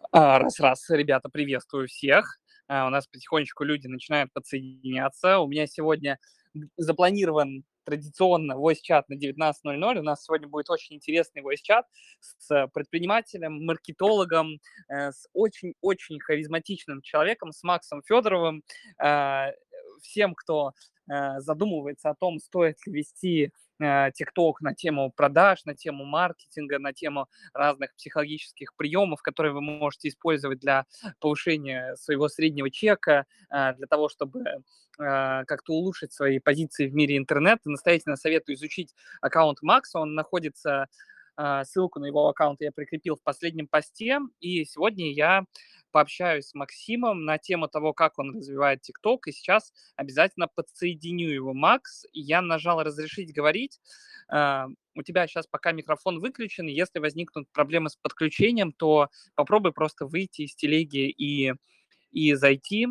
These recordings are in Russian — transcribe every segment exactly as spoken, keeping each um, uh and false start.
А, Раз-раз, ребята, приветствую всех. А, У нас потихонечку люди начинают подсоединяться. У меня сегодня м, запланирован традиционно voice-чат на девятнадцать ноль ноль. У нас сегодня будет очень интересный voice-чат с э, предпринимателем, маркетологом, э, с очень-очень харизматичным человеком, с Максом Федоровым. А, Всем, кто э, задумывается о том, стоит ли вести э, ТикТок на тему продаж, на тему маркетинга, на тему разных психологических приемов, которые вы можете использовать для повышения своего среднего чека, а, для того, чтобы а, как-то улучшить свои позиции в мире интернета. Настоятельно советую изучить аккаунт Макса. Он находится, а, ссылку на его аккаунт я прикрепил в последнем посте. И сегодня я пообщаюсь с Максимом на тему того, как он развивает ТикТок. И сейчас обязательно подсоединю его. Макс, я нажал «Разрешить говорить». А, У тебя сейчас пока микрофон выключен. Если возникнут проблемы с подключением, то попробуй просто выйти из телеги и, и зайти,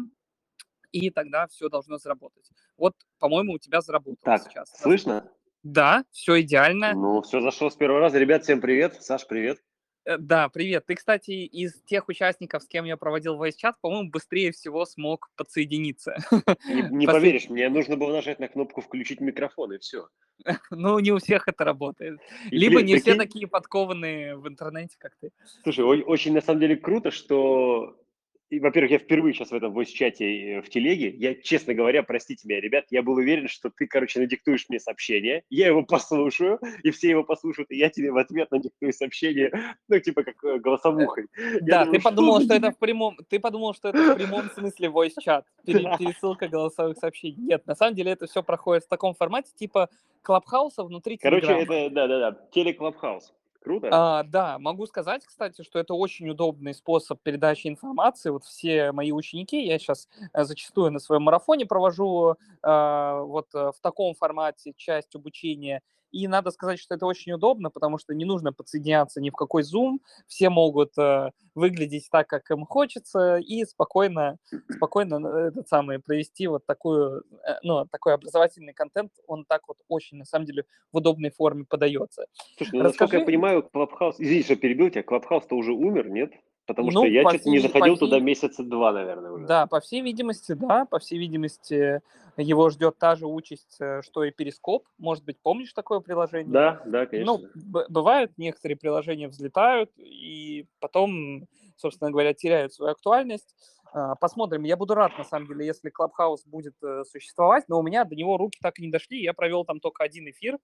и тогда все должно заработать. Вот, по-моему, у тебя заработало Так, сейчас. слышно? Да, все идеально. Ну, все зашло с первого раза. Ребят, всем привет. Саш, привет. Э, Да, привет. Ты, кстати, из тех участников, с кем я проводил voice-чат, по-моему, быстрее всего смог подсоединиться. Не, не Послед- поверишь, мне нужно было нажать на кнопку «Включить микрофон», и все. Ну, не у всех это работает. И, Либо блин, не все прикинь, такие подкованные в интернете, как ты. слушай, ой- очень на самом деле круто, что, и, во-первых, я впервые сейчас в этом voice-чате э, в телеге. Я, честно говоря, простите меня, ребят, я был уверен, что ты, короче, надиктуешь мне сообщение, я его послушаю, и все его послушают, и я тебе в ответ надиктую сообщение, ну, типа как э, Э, голосовухой. Я Да, ты думаю, что подумал, за что это дебил? в прямом, ты подумал, что это в прямом смысле voice-чат, пере- Да. пересылка голосовых сообщений. Нет, на самом деле это все проходит в таком формате, типа клабхауса внутри Короче, Телеграма. это, да-да-да, телеклабхаус. Круто? А, да, могу сказать, кстати, что это очень удобный способ передачи информации. Вот все мои ученики, я сейчас зачастую на своем марафоне провожу а, вот э, в таком формате часть обучения. И надо сказать, что это очень удобно, потому что не нужно подсоединяться ни в какой Zoom. Все могут э, выглядеть так, как им хочется, и спокойно, спокойно э, этот самый провести вот такую, э, ну, такой образовательный контент. Он так вот очень, на самом деле, в удобной форме подается. Слушай, ну, насколько я Расскажи, понимаю, Клабхаус, извини, что перебил тебя, Клабхаус-то уже умер, нет? Потому что ну, я по что-то всей, не ви- по заходил туда всей, месяца два, наверное, уже. да, по всей видимости, да, по всей видимости, его ждет та же участь, э, что и Перископ. Может быть, помнишь такое приложение? Да, да, Ну, конечно. б- бывают, некоторые приложения взлетают и потом, собственно говоря, теряют свою актуальность. А, Посмотрим. Я буду рад, на самом деле, если Клабхаус будет э, существовать, но у меня до него руки так и не дошли. Я провел там только один эфир.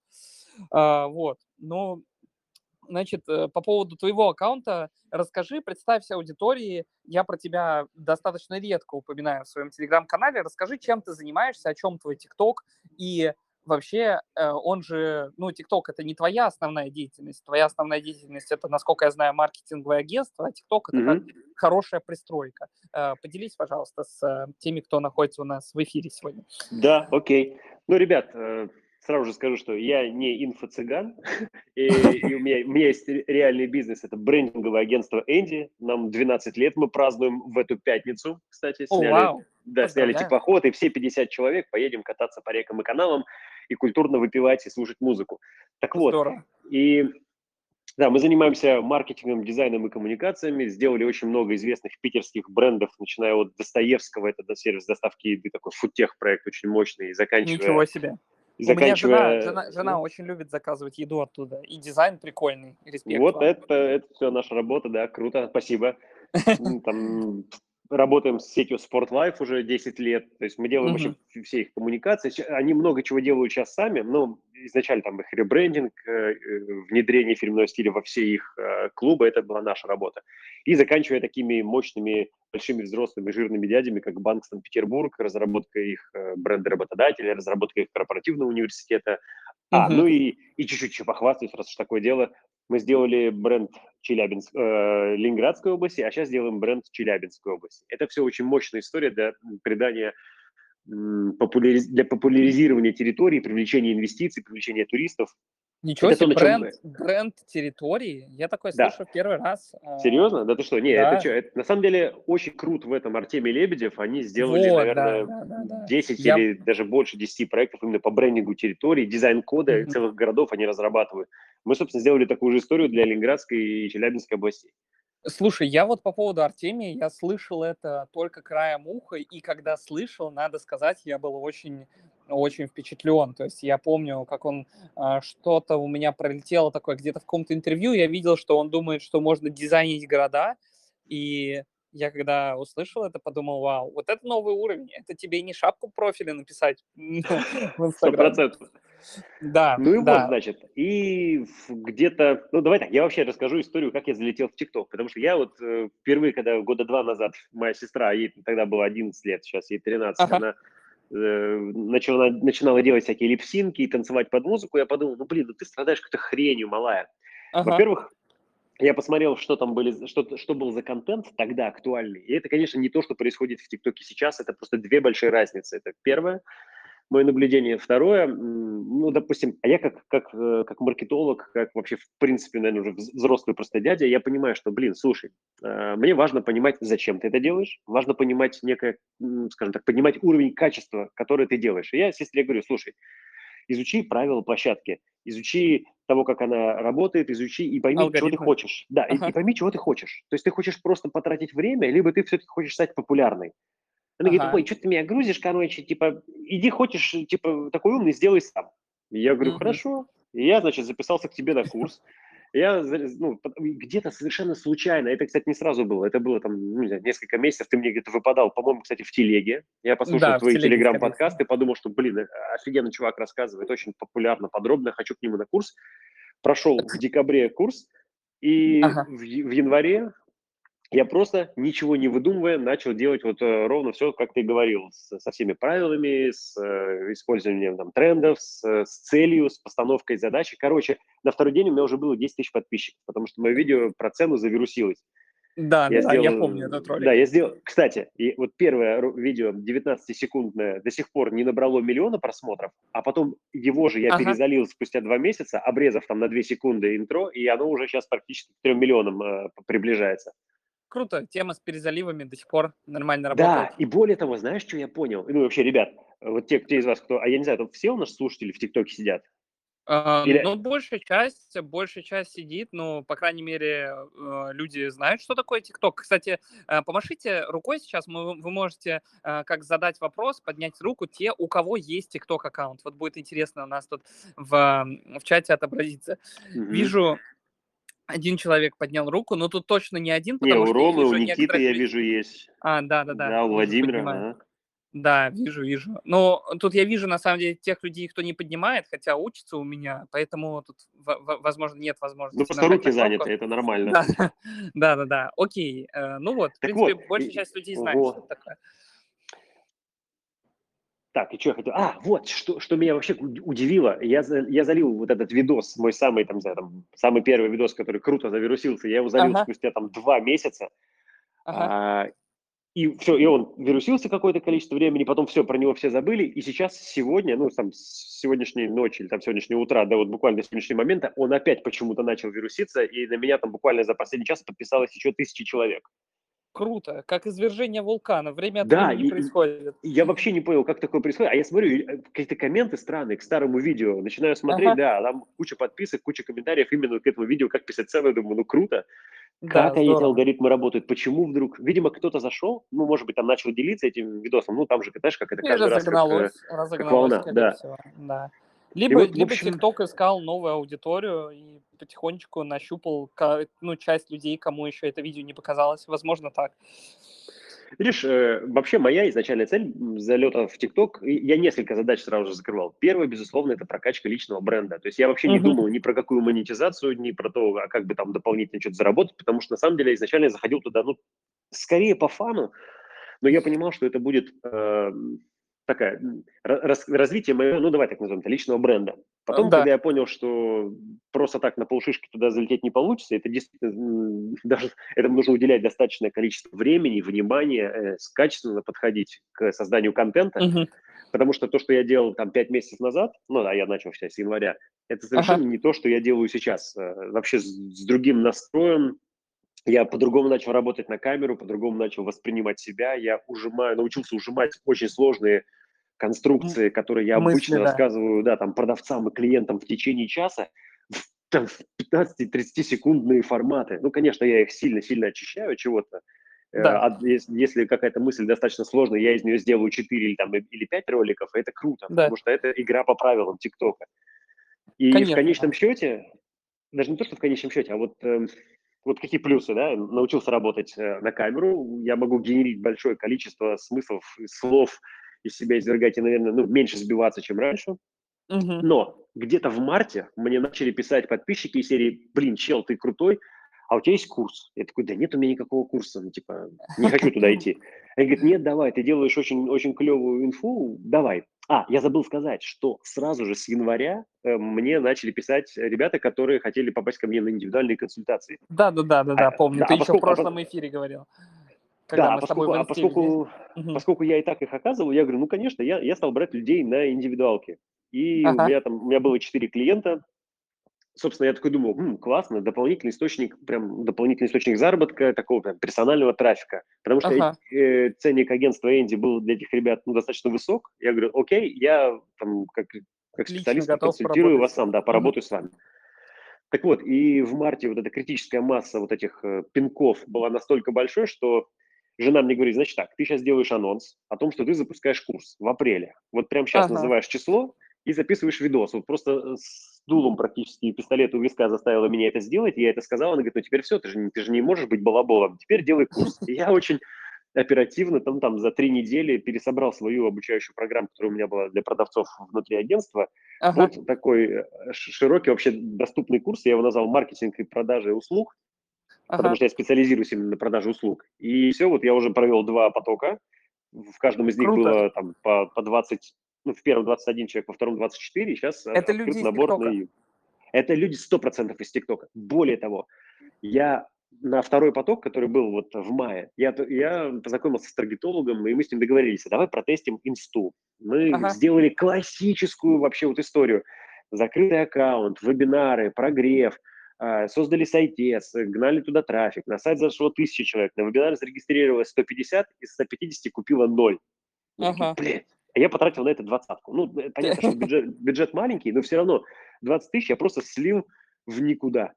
А, Вот. Но Значит, э, по поводу твоего аккаунта расскажи, представься аудитории. Я про тебя достаточно редко упоминаю в своем телеграм-канале. Расскажи, чем ты занимаешься, о чем твой ТикТок. И вообще, э, он же, ну, ТикТок это не твоя основная деятельность. Твоя основная деятельность это, насколько я знаю, маркетинговое агентство, а ТикТок это как Мгм. хорошая пристройка. Э, Поделись, пожалуйста, с э, теми, кто находится у нас в эфире сегодня. Да, окей. Ну, ребят, э, сразу же скажу, что я не инфо-цыган, и, и у, меня, у меня есть ре- реальный бизнес, это брендинговое агентство Энди. Нам двенадцать лет, мы празднуем в эту пятницу, кстати, О, сняли, вау, да, сняли поздравляю. теплоход, и все пятьдесят человек поедем кататься по рекам и каналам и культурно выпивать и слушать музыку. Так вот, Здорово. и да, мы занимаемся маркетингом, дизайном и коммуникациями, сделали очень много известных питерских брендов, начиная от Достоевского, это до сервис доставки еды, такой фудтех проект очень мощный, и заканчивая, Ничего себе. и У меня жена, заканчивая, жена, жена ну, очень любит заказывать еду оттуда. И дизайн прикольный. Респект вот вам. это, это все наша работа, да, круто, спасибо. М, Там работаем с сетью Sport уже десять лет, то есть мы делаем вообще Мгм. все их коммуникации. Ща- Они много чего делают сейчас сами, но изначально там их ребрендинг, э, э, внедрение фирменного стиля во все их э, клубы, это была наша работа. И заканчивая такими мощными, большими взрослыми жирными дядями, как Банк Санкт-Петербург, разработка их э, бренда работодателя, разработка их корпоративного университета. А, ну Мгм. и, и чуть-чуть еще похвастаюсь, раз уж такое дело. Мы сделали бренд Челябинск, э, Ленинградской области, а сейчас делаем бренд Челябинской области. Это все очень мощная история для придания, м, популяриз- для популяризирования территории, привлечения инвестиций, привлечения туристов. Ничего Это то, себе, на чем бренд, мы... бренд территории. Я такое Да, слышу в первый раз. А, серьезно? Да ты что? Не, это Да, что? Это, на самом деле очень круто в этом Артемий Лебедев. Они сделали, вот, да, наверное, да, да, да. десять Я... или даже больше десяти проектов именно по брендингу территории, дизайн-кода Мгм. целых городов они разрабатывают. Мы, собственно, сделали такую же историю для Ленинградской и Челябинской областей. Слушай, я вот по поводу Артемия, я слышал это только краем уха, и когда слышал, надо сказать, я был очень очень впечатлен. То есть я помню, как он, а, что-то у меня пролетело такое где-то в каком-то интервью, я видел, что он думает, что можно дизайнить города, и я когда услышал это, подумал: "Вау, вот это новый уровень, это тебе не шапку профиля написать в Сто "Инстаграме". процентов. Да, Ну и вот, да. значит, и в где-то, ну давай так, я вообще расскажу историю, как я залетел в ТикТок, потому что я вот э, впервые, когда года два назад моя сестра, ей тогда было одиннадцать лет, сейчас ей тринадцать, Ага, она э, начала, начинала делать всякие липсинки и танцевать под музыку, я подумал, ну блин, ну ты страдаешь какой-то хренью, малая. ага, Во-первых, я посмотрел, что там были, что, что был за контент тогда актуальный. И это, конечно, не то, что происходит в ТикТоке сейчас, это просто две большие разницы. Это первое, мое наблюдение. Второе, м, ну, допустим, а я как, как, э, как маркетолог, как вообще, в принципе, наверное, уже вз- взрослый просто дядя, я понимаю, что, блин, слушай, э, мне важно понимать, зачем ты это делаешь, важно понимать некое, м, скажем так, поднимать уровень качества, которое ты делаешь. И я, естественно, я говорю, слушай, изучи правила площадки, изучи того, как она работает, изучи и пойми, чего ты алгоритмы. хочешь. Да, и, и Ага, пойми, чего ты хочешь. То есть ты хочешь просто потратить время, либо ты все-таки хочешь стать популярной. Она говорит: ага, ой, что ты меня грузишь, короче, типа, иди хочешь, типа, такой умный, сделай сам. И я говорю: мгм. хорошо. И я, значит, записался к тебе на курс. Я, ну, где-то совершенно случайно, это, кстати, не сразу было, это было там, ну, не знаю, несколько месяцев, ты мне где-то выпадал, по-моему, кстати, в телеге. Я послушал Да, в твои телеге, скорее всего. телеграм-подкасты, подумал, что, блин, э, офигенно чувак рассказывает, очень популярно, подробно, хочу к нему на курс. Прошел в декабре курс, и Ага, в, в январе я просто, ничего не выдумывая, начал делать вот э, ровно все, как ты говорил, с- со всеми правилами, с э, использованием там трендов, с, э, с целью, с постановкой задачи. Короче, на второй день у меня уже было десять тысяч подписчиков, потому что мое видео про цену завирусилось. Я да-да-да, я помню сделал, этот да, ролик. я сделал, кстати, и вот первое ру- видео девятнадцатисекундное до сих пор не набрало миллиона просмотров, а потом его же я Ага, перезалил спустя два месяца, обрезав там на две секунды интро, и оно уже сейчас практически к трем миллионам э, приближается. круто. Тема с перезаливами до сих пор нормально Да, работает. и более того, знаешь, что я понял? Ну, вообще, ребят, вот те, те из вас, кто, а я не знаю, там все у нас слушатели в ТикТоке сидят? А, Или, ну, большая часть большая часть сидит, ну, по крайней мере, э, люди знают, что такое "ТикТок". Кстати, э, помашите рукой сейчас, мы вы можете, э, как задать вопрос, поднять руку те, у кого есть "ТикТок" аккаунт. Вот будет интересно у нас тут в, м, в чате отобразится. мгм. Вижу, один человек поднял руку, но тут точно не один, Не, потому у что я Ромы, у вижу Никиты, некоторых я людей. вижу, есть. А, да-да-да, Да, у вижу, Владимира, поднимают. ага. Да, вижу, вижу. Но тут я вижу, на самом деле, тех людей, кто не поднимает, хотя учится у меня, поэтому тут, во- во- возможно, нет Ну, возможности просто нажать руки на кнопку. заняты, это нормально. Да, да-да-да, окей. Э, Ну вот, в Так принципе, вот, большая и- часть людей знает, что это ого. такое. Так, и что я хотел? А, вот, что, что меня вообще уд- удивило. Я, за- я залил вот этот видос, мой самый, там, не знаю, там, самый первый видос, который круто завирусился, я его залил Ага, спустя там два месяца. ага. А, И все, и он вирусился какое-то количество времени, потом все, про него все забыли, и сейчас, сегодня, ну, там, с сегодняшней ночи или там сегодняшнего утра, да, вот буквально до сегодняшнего момента, он опять почему-то начал вируситься, и на меня там буквально за последний час подписалось еще тысячи человек. Круто, как извержение вулкана, время от Да, времени и, и происходит. я вообще не понял, как такое происходит, а я смотрю, и, э, какие-то комменты странные к старому видео, начинаю смотреть, Ага, да, там куча подписок, куча комментариев именно к этому видео, как писать сцену, я думаю, ну, круто. да, Как они, эти здорово. алгоритмы работают? Почему вдруг? Видимо, кто-то зашел, ну, может быть, там начал делиться этим видосом. Ну, там же, знаешь, как это И каждый раз, как, э, разогналось, как разогналось, волна, скорее да. всего, да. И Либо вот, в либо общем, "ТикТок" искал новую аудиторию и потихонечку нащупал ка ну, часть людей, кому еще это видео не показалось. Возможно, так. видишь, э, вообще моя изначальная цель м, залета в ТикТок, и я несколько задач сразу же закрывал. Первое, безусловно, это прокачка личного бренда. То есть я вообще не Мгм. думал ни про какую монетизацию, ни про то, а как бы там дополнительно что-то заработать, потому что на самом деле изначально я заходил туда, ну, скорее по фану, но я понимал, что это будет э, такая м, ра- рас- развитие моего, ну давай так назовем это, личного бренда. Э, Потом, да. когда я понял, что просто так на полшишки туда залететь не получится, это действительно м, даже этому нужно уделять достаточное количество времени, внимания, э, с- качественно подходить к созданию контента, Мгм. потому что то, что я делал там пять месяцев назад, ну да, я начал сейчас с января, это Ага. совершенно не то, что я делаю сейчас. Э, Вообще с, с другим настроем, я по-другому начал работать на камеру, по-другому начал воспринимать себя. Я ужимаю, научился ужимать очень сложные М конструкции, которые я мысли, обычно да. рассказываю, да, там, продавцам и клиентам в течение часа. там в пятнадцати-тридцатисекундные форматы. Ну, конечно, я их сильно-сильно очищаю от чего-то. Э, Да, а если, если какая-то мысль достаточно сложная, я из нее сделаю четыре или, там, или пять роликов, это круто, да, потому что это игра по правилам ТикТока. И в конечном конечно. счете, даже не то, что в конечном счете, а вот, эм, вот какие плюсы, да, научился работать э, на камеру, я могу генерить большое количество смыслов, и слов из себя извергать и, наверное, ну, меньше сбиваться, чем раньше. Мгм. Но где-то в марте мне начали писать подписчики из серии: блин, чел, ты крутой, а у тебя есть курс? Я такой: да нет у меня никакого курса, ну, типа, не хочу туда идти. Они говорят: нет, давай, ты делаешь очень, очень клевую инфу, давай. А, я забыл сказать, что сразу же с января э, мне начали писать ребята, которые хотели попасть ко мне на индивидуальные консультации. Да-да-да-да-да, А, помню. да, Ты а еще в поскольку, а, прошлом по- эфире говорил, когда да, а мы с тобой поскольку, в а инсте виделись. поскольку, Мгм. поскольку я и так их оказывал, я говорю: ну, конечно, я, я стал брать людей на индивидуалки. И у Ага, меня там, у меня было четыре клиента. Собственно, я такой думаю: «М, классно, дополнительный источник, прям дополнительный источник заработка, такого прям персонального трафика». Потому что ага. э, ценник агентства Энди был для этих ребят, ну, достаточно высок. Я говорю: окей, я там как, как Лично специалист готов проконсультирую поработать вас с сам, вами. да, Мгм. поработаю с вами. Так вот, и в марте вот эта критическая масса вот этих э, пинков была настолько большой, что жена мне говорит: значит так, ты сейчас делаешь анонс о том, что ты запускаешь курс в апреле. Вот прямо сейчас Ага. называешь число и записываешь видос. Вот просто с дулом практически пистолет у виска заставила меня это сделать. Я это сказал, она говорит: ну теперь все, ты же, не- ты же не можешь быть балаболом, теперь делай курс. И я очень оперативно там, там за три недели пересобрал свою обучающую программу, которая у меня была для продавцов внутри агентства. Ага. Вот такой э, ш- широкий, вообще доступный курс. Я его назвал «Маркетинг и продажи услуг», потому Ага. что я специализируюсь именно на продаже услуг. И все, вот я уже провел два потока. В каждом из них Круто. было там по, по двадцать, ну, в первом двадцать один человек, во втором двадцать четыре. Сейчас Это люди открыт из набор на ТикТока. июнь. Это люди сто процентов из ТикТока. Более того, я на второй поток, который был вот в мае, я, я познакомился с таргетологом, и мы с ним договорились: а давай протестим инсту. Мы Ага. сделали классическую вообще вот историю. Закрытый аккаунт, вебинары, прогрев, а, создали сайтец, гнали туда трафик. На сайт зашло тысяча человек, на вебинар зарегистрировалось сто пятьдесят, из ста пятидесяти купило ноль. Мы такие: Ага. блядь. А я потратил на это двадцатку. Ну, э, понятно, что бюджет, бюджет маленький, но все равно двадцать тысяч я просто слил в никуда.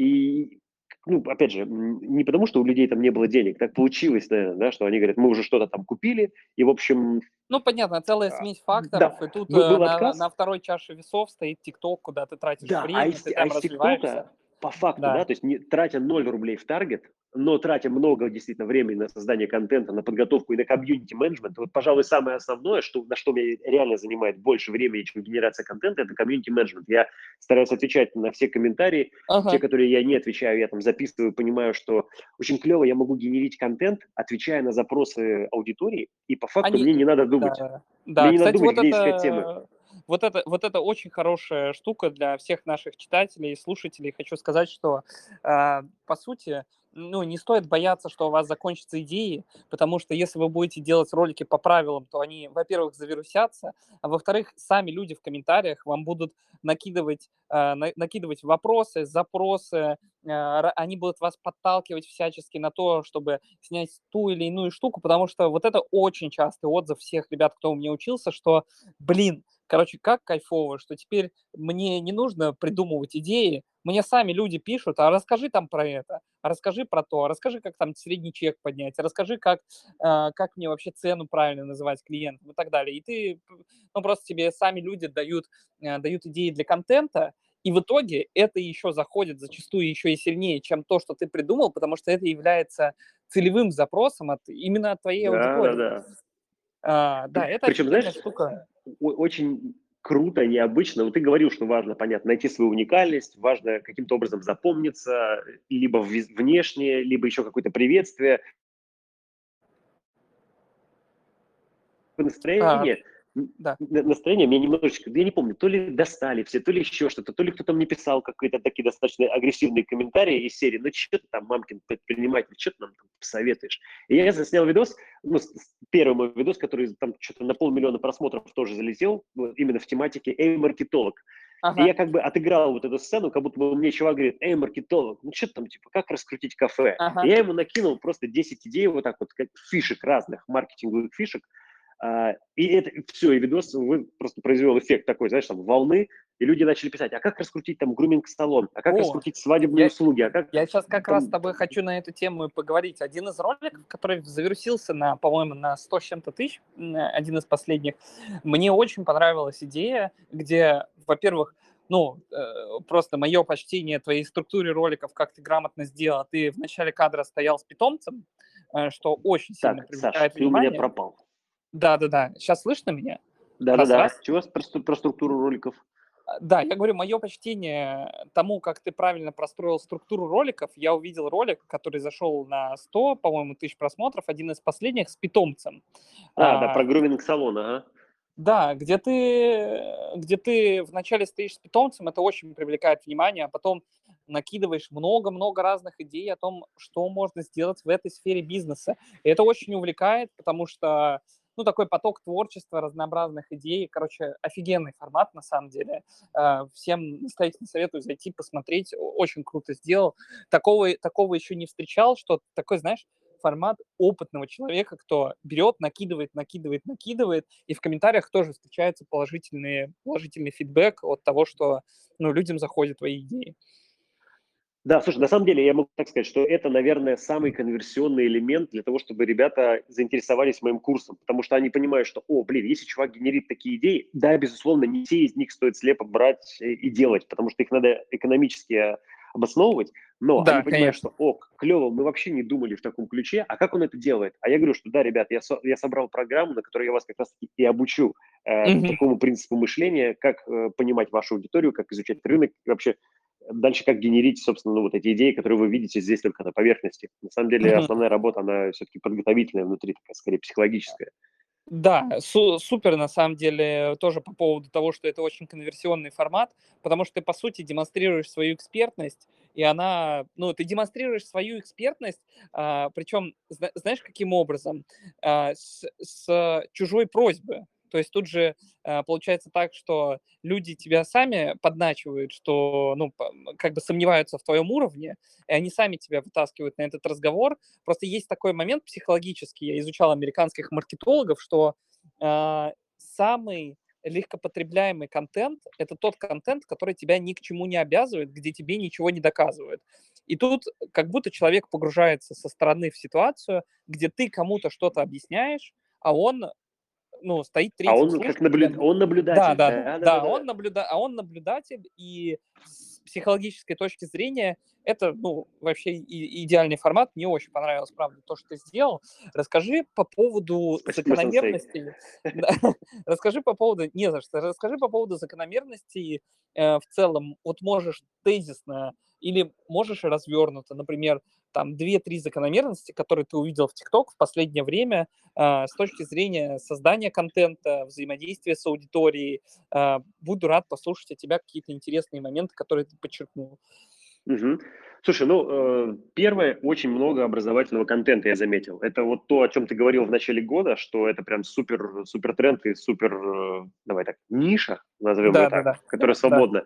И, ну, опять же, м, не потому, что у людей там не было денег, так получилось, наверное, да, что они говорят: мы уже что-то там купили, и, в общем, Ну, понятно, целая а, смесь да, факторов, и тут был, э, был на, отказ, на второй чаше весов стоит ТикТок, куда ты тратишь да, а время, из, ты а там из развиваешься. ТикТока по факту, да, Да. то есть не тратя ноль рублей в таргет, но тратя много действительно времени на создание контента, на подготовку и на комьюнити-менеджмент, вот, пожалуй, самое основное, что, на что меня реально занимает больше времени, чем генерация контента, это комьюнити-менеджмент. Я стараюсь отвечать на все комментарии, те, Ага. которые я не отвечаю, я там записываю, понимаю, что очень клево я могу генерить контент, отвечая на запросы аудитории, и по факту мне Они, не надо думать. да, Мне да. не надо Кстати, думать, вот где искать темы. это, вот это, вот это очень хорошая штука для всех наших читателей и слушателей. Хочу сказать, что, а, по сути, ну, не стоит бояться, что у вас закончатся идеи, потому что если вы будете делать ролики по правилам, то они, во-первых, завирусятся, а во-вторых, сами люди в комментариях вам будут накидывать, а, на- накидывать вопросы, запросы, а, ра- они будут вас подталкивать всячески на то, чтобы снять ту или иную штуку, потому что вот это очень частый отзыв всех ребят, кто у меня учился, что, блин, короче, как кайфово, что теперь мне не нужно придумывать идеи, мне сами люди пишут: а расскажи там про это, а расскажи про то, а расскажи, как там средний чек поднять, а расскажи, как, а, как мне вообще цену правильно называть клиентам и так далее. И ты, п- ну, просто тебе сами люди дают, а, дают идеи для контента, и в итоге это еще заходит зачастую еще и сильнее, чем то, что ты придумал, потому что это является целевым запросом от, именно от твоей Да, да, аудитории. да. А, да, это Причем, офигенная знаешь, штука. о- очень круто, необычно. Вот ты говорил, что важно, понятно, найти свою уникальность, важно каким-то образом запомниться, либо виз- внешне, либо еще какое-то приветствие. А, Настроение, н- да. на- настроение меня немножечко, я не помню, то ли достали все, то ли еще что-то, то ли кто-то мне писал какие-то такие достаточно агрессивные комментарии из серии: ну что ты там, мамкин предприниматель, что ты нам там посоветуешь? И я заснял видос, ну, с- с- первый мой видос, который там что-то на полмиллиона просмотров тоже залетел, вот именно в тематике «Эй, маркетолог». И Ага, я как бы отыграл вот эту сцену, как будто бы мне чувак говорит: эй, маркетолог, ну что там, типа, как раскрутить кафе? И ага. я ему накинул просто десять идей вот так вот, как фишек разных, маркетинговых фишек. А, и это все, и видос вы просто произвел эффект такой, знаешь, там, волны. И люди начали писать, а как раскрутить там груминг-салон, а как О, раскрутить свадебные я, услуги, а как я сейчас как раз с там... тобой хочу на эту тему и поговорить. Один из роликов, который завирусился на, по-моему, на сто с чем-то тысяч, м, один из последних, мне очень понравилась идея, где, во-первых, ну, э, просто мое почтение твоей структуре роликов, как ты грамотно сделал. Ты в начале кадра стоял с питомцем, э, что очень сильно Так, Саш, привлекает ты у меня внимание. пропал. Да-да-да. Сейчас слышно меня? Да-да-да. Раз-раз. Чего про, стру- про структуру роликов? А, Да, я говорю, мое почтение тому, как ты правильно простроил структуру роликов. Я увидел ролик, который зашел на сто, по-моему, тысяч просмотров, один из последних с питомцем. А, да, про А, груминг-салон, ага. да, где ты, где ты вначале стоишь с питомцем, это очень привлекает внимание, а потом накидываешь много-много разных идей о том, что можно сделать в этой сфере бизнеса. И это очень увлекает, потому что, ну, такой поток творчества, разнообразных идей. Короче, офигенный формат, на самом деле. Э, Всем настоятельно советую зайти, посмотреть. О- Очень круто сделал. Такого, такого еще не встречал, что такой, знаешь, формат опытного человека, кто берет, накидывает, накидывает, накидывает, и в комментариях тоже встречается положительный, положительный фидбэк от того, что, ну, людям заходят твои идеи. Да, слушай, на самом деле я могу так сказать, что это, наверное, самый конверсионный элемент для того, чтобы ребята заинтересовались моим курсом, потому что они понимают, что, о, блин, если чувак генерит такие идеи, да, безусловно, не все из них стоит слепо брать и и делать, потому что их надо экономически обосновывать, но они Да, понимают, конечно. что, о, клево, мы вообще не думали в таком ключе, а как он это делает? А я говорю, что да, ребят, я, со- я собрал программу, на которой я вас как раз и обучу э, Мгм. такому принципу мышления, как э, понимать вашу аудиторию, как изучать рынок, и вообще дальше как генерить, собственно, ну, вот эти идеи, которые вы видите здесь только на поверхности. На самом деле Мгм. основная работа, она все-таки подготовительная внутри, такая скорее психологическая. Да, су- супер, на самом деле, тоже по поводу того, что это очень конверсионный формат, потому что ты, по сути, демонстрируешь свою экспертность, и она, ну, ты демонстрируешь свою экспертность, а, причем, зна- знаешь, каким образом? А, с, с чужой просьбы. То есть тут же а, получается так, что люди тебя сами подначивают, что, ну, по- как бы сомневаются в твоем уровне, и они сами тебя вытаскивают на этот разговор. Просто есть такой момент психологический, я изучал американских маркетологов, что а, самый легкопотребляемый контент — это тот контент, который тебя ни к чему не обязывает, где тебе ничего не доказывают. И тут как будто человек погружается со стороны в ситуацию, где ты кому-то что-то объясняешь, а он, ну, стоит А третьим, он как слушает тебя. наблюд... он Да, наблюдатель, да, да, да, да, да, да, да. он наблюда... а он наблюдатель, и с психологической точки зрения это, ну, вообще и- идеальный формат. Мне очень понравилось, правда, то, что ты сделал. Расскажи по поводу Спасибо, сенсей. закономерностей. Да, расскажи по поводу, не за что, расскажи по поводу закономерностей э, в целом. Вот можешь тезисно или можешь развернуто, например, там две-три закономерности, которые ты увидел в ТикТок в последнее время, а, с точки зрения создания контента, взаимодействия с аудиторией. А, Буду рад послушать от тебя какие-то интересные моменты, которые ты подчеркнул. Мгм. Слушай, ну, э, первое, очень много образовательного контента я заметил. Это вот то, о чем ты говорил в начале года, что это прям супер, супер тренд и супер, э, давай так, ниша, назовем ее Да, да, так, да, которая да. свободна.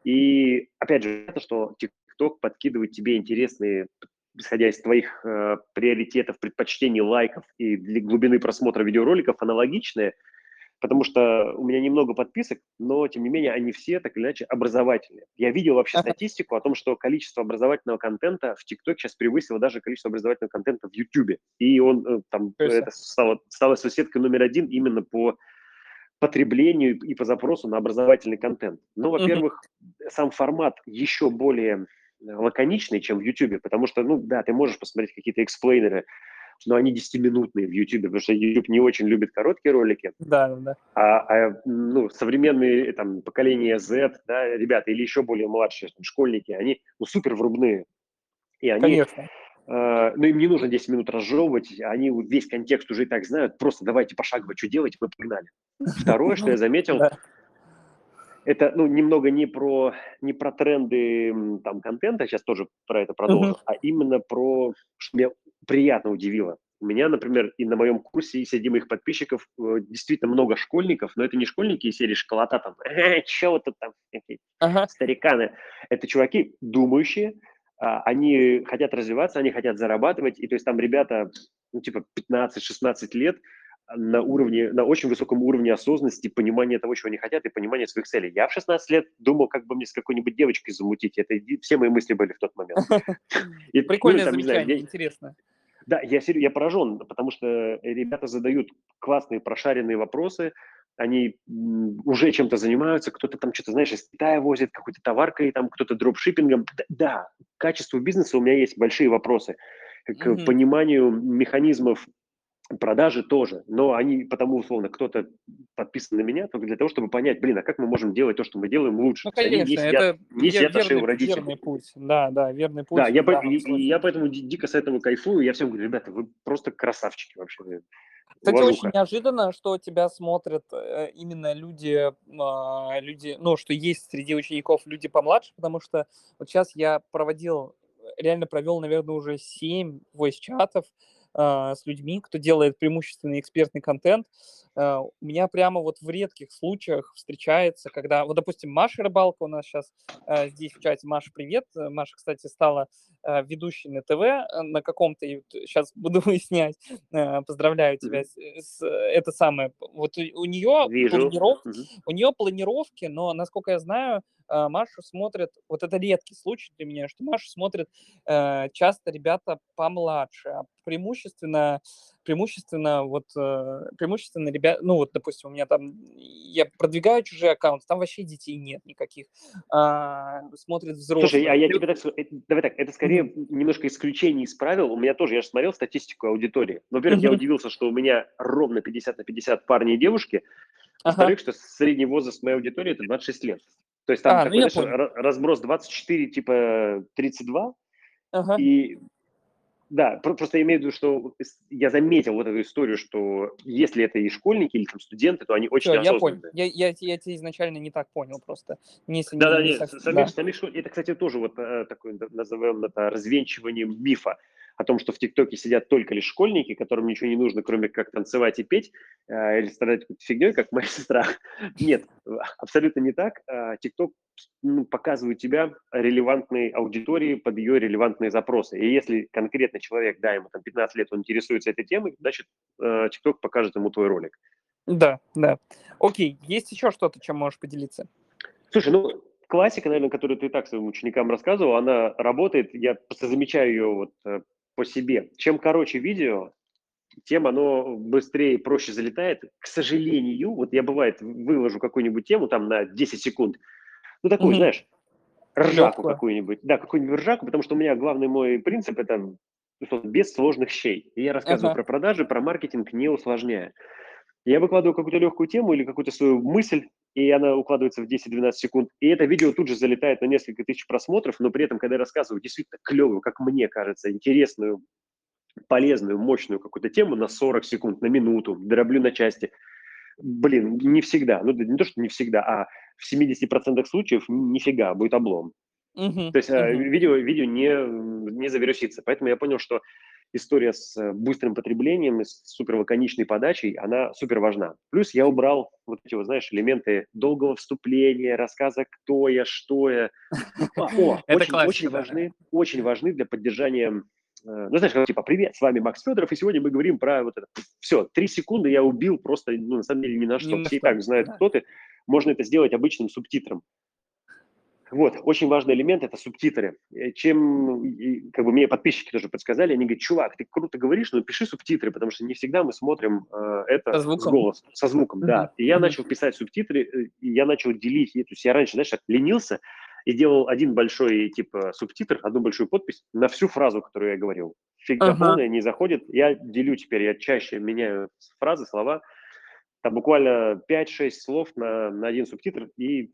И опять же, это что TikTok подкидывает тебе интересные, исходя из твоих э, приоритетов, предпочтений, лайков и для глубины просмотра видеороликов, аналогичные, потому что у меня немного подписок, но, тем не менее, они все так или иначе образовательные. Я видел вообще Ага, статистику о том, что количество образовательного контента в ТикТоке сейчас превысило даже количество образовательного контента в Ютубе. И он э, там, то есть, это стало, стало соседкой номер один именно по потреблению и по запросу на образовательный контент. Ну, мгм, во-первых, сам формат еще более лаконичный, чем в Ютубе, потому что, ну да, ты можешь посмотреть какие-то эксплейнеры, но они десятиминутные в Ютубе, потому что YouTube не очень любит короткие ролики, да, да, да, а, а, ну, современные там, поколение Z, да, ребята, или еще более младшие там, школьники, они ну, супер врубные. И они, конечно. э, ну, им не нужно десять минут разжевывать, они вот весь контекст уже и так знают, просто давайте пошагово, что делать, мы погнали. Второе, что я заметил, Да. это, ну, немного не про, не про тренды м, там контента, сейчас тоже про это Мгм. продолжу, а именно про, что меня приятно удивило. У меня, например, и на моем курсе и среди моих подписчиков э, действительно много школьников, но это не школьники из серии школота, там, э, че вы тут там, какие Ага. стариканы. Это чуваки думающие, а, они хотят развиваться, они хотят зарабатывать, и то есть там ребята, ну, типа пятнадцать-шестнадцать лет, на уровне, на очень высоком уровне осознанности, понимания того, чего они хотят, и понимания своих целей. Я в шестнадцать лет думал, как бы мне с какой-нибудь девочкой замутить. Это еди- все мои мысли были в тот момент. И, ну, Прикольное там, не знаю, замечание, я, интересно. да, я, сери- я поражен, потому что ребята задают классные прошаренные вопросы, они м, уже чем-то занимаются, кто-то там что-то, знаешь, из Китая возит, какой-то товаркой, там кто-то дропшиппингом. Да, да, к качеству бизнеса у меня есть большие вопросы. К Мгм. пониманию механизмов продажи тоже, но они, потому условно, кто-то подписан на меня только для того, чтобы понять, блин, а как мы можем делать то, что мы делаем лучше? Ну, То есть они не конечно, сидят, это не ве- сидят на шее у верный, родителей. верный путь. Да, да, верный Да, путь я, в по- данном и, и случае. я поэтому ди- дико с этого кайфую. Я всем говорю, ребята, вы просто красавчики вообще. Кстати, очень Уважуха. неожиданно, что тебя смотрят э, именно люди, а, люди, ну, что есть среди учеников люди помладше, потому что вот сейчас я проводил, реально провел, наверное, уже семь voice-чатов а, с людьми, кто делает преимущественно экспертный контент. А, У меня прямо вот в редких случаях встречается, когда, вот, допустим, Маша Рыбалка у нас сейчас здесь в чате. Маша, привет. Э, Маша, кстати, стала э, ведущей на ТВ э, на каком-то, сейчас буду выяснять. Э, Поздравляю тебя Мгм. с, с, э, это самое. Вот у, у нее Вижу. планиров, Мгм. у нее планировки, но, насколько я знаю, э, Машу смотрят, вот это редкий случай для меня, что Машу смотрят э, часто ребята помладше, а преимущественно, преимущественно вот, э, преимущественно ребята, ну вот, допустим, у меня там, я продвигаю чужие аккаунты, там вообще детей нет никаких, а, смотрят Слушай, а взрослые. я Ты- тебе так скажу, э, давай так, это Мгм. скорее немножко исключение из правил. У меня тоже, я же смотрел статистику аудитории. Ну, во-первых, я Мгм. удивился, что у меня ровно пятьдесят на пятьдесят парни и девушки. Ага. Во-вторых, что средний возраст моей аудитории – это двадцать шесть лет. То есть там А, ну такой, я знаешь, понял. ра- разброс двадцать четыре, типа тридцать два. Ага. И да, про- просто я имею в виду, что с- я заметил вот эту историю, что если это и школьники, или там студенты, то они Все, очень я понял. осознанные. Я, я, я тебя изначально не так понял просто. Не, с- не, Да-да, не нет, совсем, с- самих, да. самих школ- это, кстати, тоже вот э, такое, да, назовем это развенчиванием мифа о том, что в ТикТоке сидят только лишь школьники, которым ничего не нужно, кроме как танцевать и петь, э, или страдать какой-то фигней, как моя сестра. Нет, абсолютно не так. Э, ТикТок ну, показывает тебя релевантной аудитории под ее релевантные запросы. И если конкретно человек, да, ему там пятнадцать лет, он интересуется этой темой, значит, э, ТикТок покажет ему твой ролик. Да, да. Окей, есть еще что-то, чем можешь поделиться? Слушай, ну, классика, наверное, которую ты и так своим ученикам рассказывал, она работает, я просто замечаю ее вот э, по себе. Чем короче видео, тем оно быстрее и проще залетает. К сожалению, вот я бывает выложу какую-нибудь тему там на десять секунд, ну, такую, Угу. знаешь, ржаку Легкую. какую-нибудь, да, какую-нибудь ржаку, потому что у меня главный мой принцип – это условно, без сложных щей. И я рассказываю Ага. про продажи, про маркетинг, не усложняя. Я выкладываю какую-то легкую тему или какую-то свою мысль, и она укладывается в десять-двенадцать секунд, и это видео тут же залетает на несколько тысяч просмотров, но при этом, когда я рассказываю действительно клевую, как мне кажется, интересную, полезную, мощную какую-то тему на сорок секунд, на минуту, дроблю на части, блин, не всегда, ну не то, что не всегда, а в семидесяти процентах случаев нифига, будет облом. Угу. То есть э, Угу. видео, видео не, не завирусится. Поэтому я понял, что история с э, быстрым потреблением и с супер лаконичной подачей, она супер важна. Плюс я убрал вот эти, вот, знаешь, элементы долгого вступления, рассказа, кто я, что я. А, о, Это очень, очень классика, да. важны, очень важны для поддержания, э, ну, знаешь, как, типа, привет, с вами Макс Федоров, и сегодня мы говорим про вот это. Все, три секунды я убил просто, ну, на самом деле, ни на Ни что. на Все и что. так знают, Да. кто ты. Можно это сделать обычным субтитром. Вот, очень важный элемент – это субтитры. Э, Чем, и, как бы мне подписчики тоже подсказали, они говорят, чувак, ты круто говоришь, но пиши субтитры, потому что не всегда мы смотрим э, Со это с звуком. голосом, со звуком, Угу. да. И я Угу. начал писать субтитры, э, и я начал делить. И, то есть я раньше, знаешь, так ленился и делал один большой, типа, субтитр, одну большую подпись на всю фразу, которую я говорил. Фигня Ага. полная, не заходит. Я делю теперь, я чаще меняю фразы, слова. Там буквально пять-шесть слов на, на один субтитр, и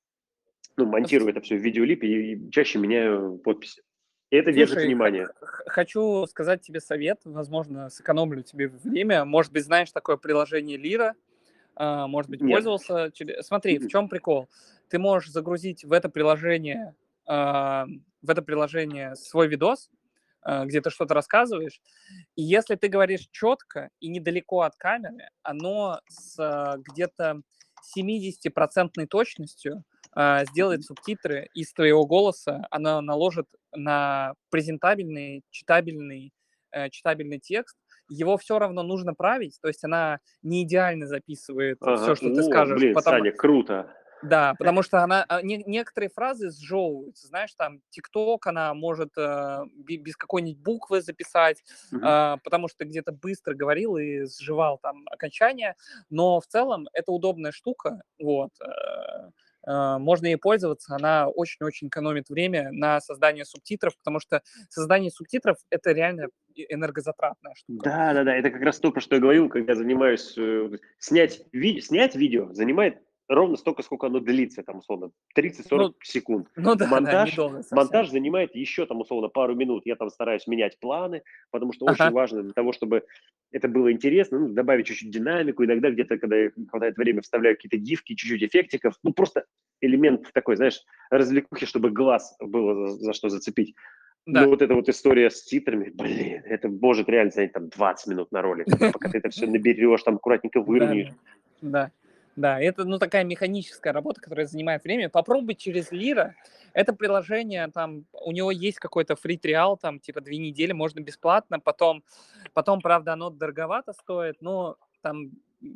ну, монтирую это все в видеолипе и чаще меняю подписи. И это держит Слушай, х- внимание. х- хочу сказать тебе совет, возможно, сэкономлю тебе время. Может быть, знаешь такое приложение Лира, а, может быть, Нет. пользовался. Тебе- Смотри, в Мгм. чем прикол? Ты можешь загрузить в это приложение, а, в это приложение свой видос, а, где ты что-то рассказываешь, и если ты говоришь четко и недалеко от камеры, оно с а, где-то семидесятипроцентной точностью а, сделает субтитры из твоего голоса, оно наложит на презентабельный, читабельный, э, читабельный текст, его все равно нужно править, то есть она не идеально записывает все, Ага. что ты О, скажешь, блин, потому, Саня, круто. да, потому что она, а, не- некоторые фразы сжевываются, знаешь, там, ТикТок она может э, би- без какой-нибудь буквы записать, Мгм. а, потому что где-то быстро говорил и сживал там окончание, но в целом это удобная штука, вот, э, э, можно ей пользоваться, она очень-очень экономит время на создание субтитров, потому что создание субтитров — это реально и- энергозатратная штука. Да, да, да, это как раз то, про что я говорил, когда занимаюсь, э, снять, ви- снять видео занимает ровно столько, сколько оно длится, там, условно, тридцать-сорок Ну, секунд. ну да, да, Монтаж, недолго совсем. монтаж занимает еще, там, условно, пару минут. Я там стараюсь менять планы, потому что очень Ага, важно для того, чтобы это было интересно, ну, добавить чуть-чуть динамику, иногда где-то, когда не хватает времени, вставляю какие-то гифки, чуть-чуть эффектиков, ну, просто элемент такой, знаешь, развлекухи, чтобы глаз было за, за что зацепить. Но да. вот эта вот история с титрами, блин, это может реально занять там двадцать минут на ролик, пока ты это все наберешь, там аккуратненько Да, выровняешь. да, да, да, это, ну, такая механическая работа, которая занимает время. Попробуй через Лира. Это приложение, там, у него есть какой-то free триал, там, типа, две недели, можно бесплатно, потом, потом, правда, оно дороговато стоит, но там,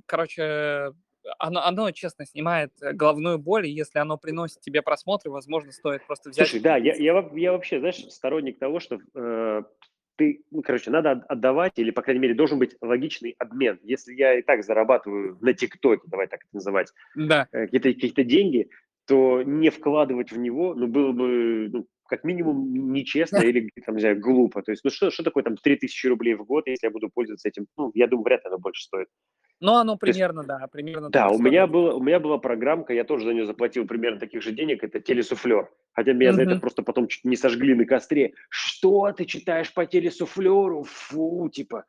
короче, оно, оно, честно, снимает э, головную боль, и если оно приносит тебе просмотры, возможно, стоит просто взять и Слушай, да, я, купить. я, во- я вообще, знаешь, сторонник того, что э, ты, ну, короче, надо от- отдавать, или, по крайней мере, должен быть логичный обмен. Если я и так зарабатываю на ТикТоке, давай так это называть, Да, э, какие-то какие деньги, то не вкладывать в него, ну, было бы, ну, как минимум, нечестно или, там, не знаю, глупо. То есть, ну, что, что такое там три тысячи рублей в год, если я буду пользоваться этим? Ну, я думаю, вряд ли оно больше стоит. но оно То есть примерно, да, примерно так да, и у меня, стоит. было, у меня была программка, я тоже за нее заплатил примерно таких же денег, это телесуфлер. Хотя меня за это Мгм. просто потом чуть не сожгли на костре. Что ты читаешь по телесуфлеру? Фу, типа,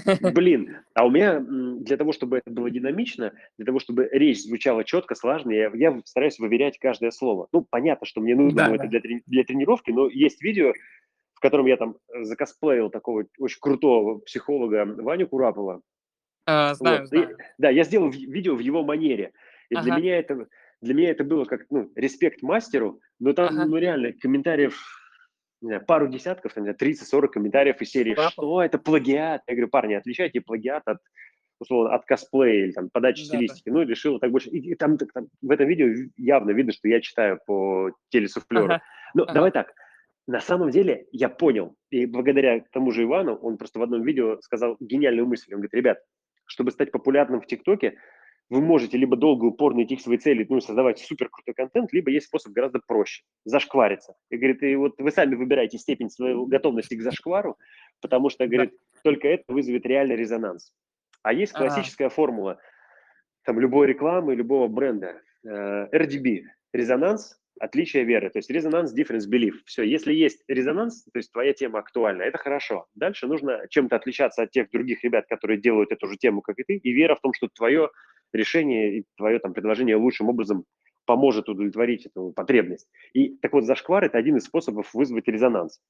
блин. А у меня м, для того, чтобы это было динамично, для того, чтобы речь звучала четко, слаженно, я, я стараюсь выверять каждое слово. Ну, понятно, что мне нужно Да, это да. для, трени- для тренировки, но есть видео, в котором я там э, закосплеил такого очень крутого психолога Ваню Курапова. А, знаю, Вот. И, знаю. да, я сделал в- видео в его манере. И для Ага, меня это, для меня это было как, ну, респект мастеру, но там, ага. ну, реально, комментариев, не знаю, пару десятков, там, не знаю, тридцать-сорок комментариев из серии Курапов. «Что это плагиат?» Я говорю, парни, отличайте плагиат от, условно, от косплея или там подачи Да, да. стилистики. Ну, и решил так больше. И, и там, так- там в этом видео явно видно, что я читаю по телесуфлеру. Ага, Ну, ага. давай так. На самом деле я понял, и благодаря тому же Ивану, он просто в одном видео сказал гениальную мысль. Он говорит, ребят, чтобы стать популярным в ТикТоке, вы можете либо долго и упорно идти к своей цели, ну, создавать супер крутой контент, либо есть способ гораздо проще – зашквариться. И говорит, и вот вы сами выбираете степень своей готовности к зашквару, потому что, Да. говорит, только это вызовет реальный резонанс. А есть А, классическая формула там любой рекламы, любого бренда. Э, эр ди би – резонанс, отличие веры. То есть резонанс, difference, belief. Все, если есть резонанс, то есть твоя тема актуальна, это хорошо. Дальше нужно чем-то отличаться от тех других ребят, которые делают эту же тему, как и ты, и вера в том, что твое решение и твое там предложение лучшим образом поможет удовлетворить эту потребность. И так вот, зашквар – это один из способов вызвать резонанс.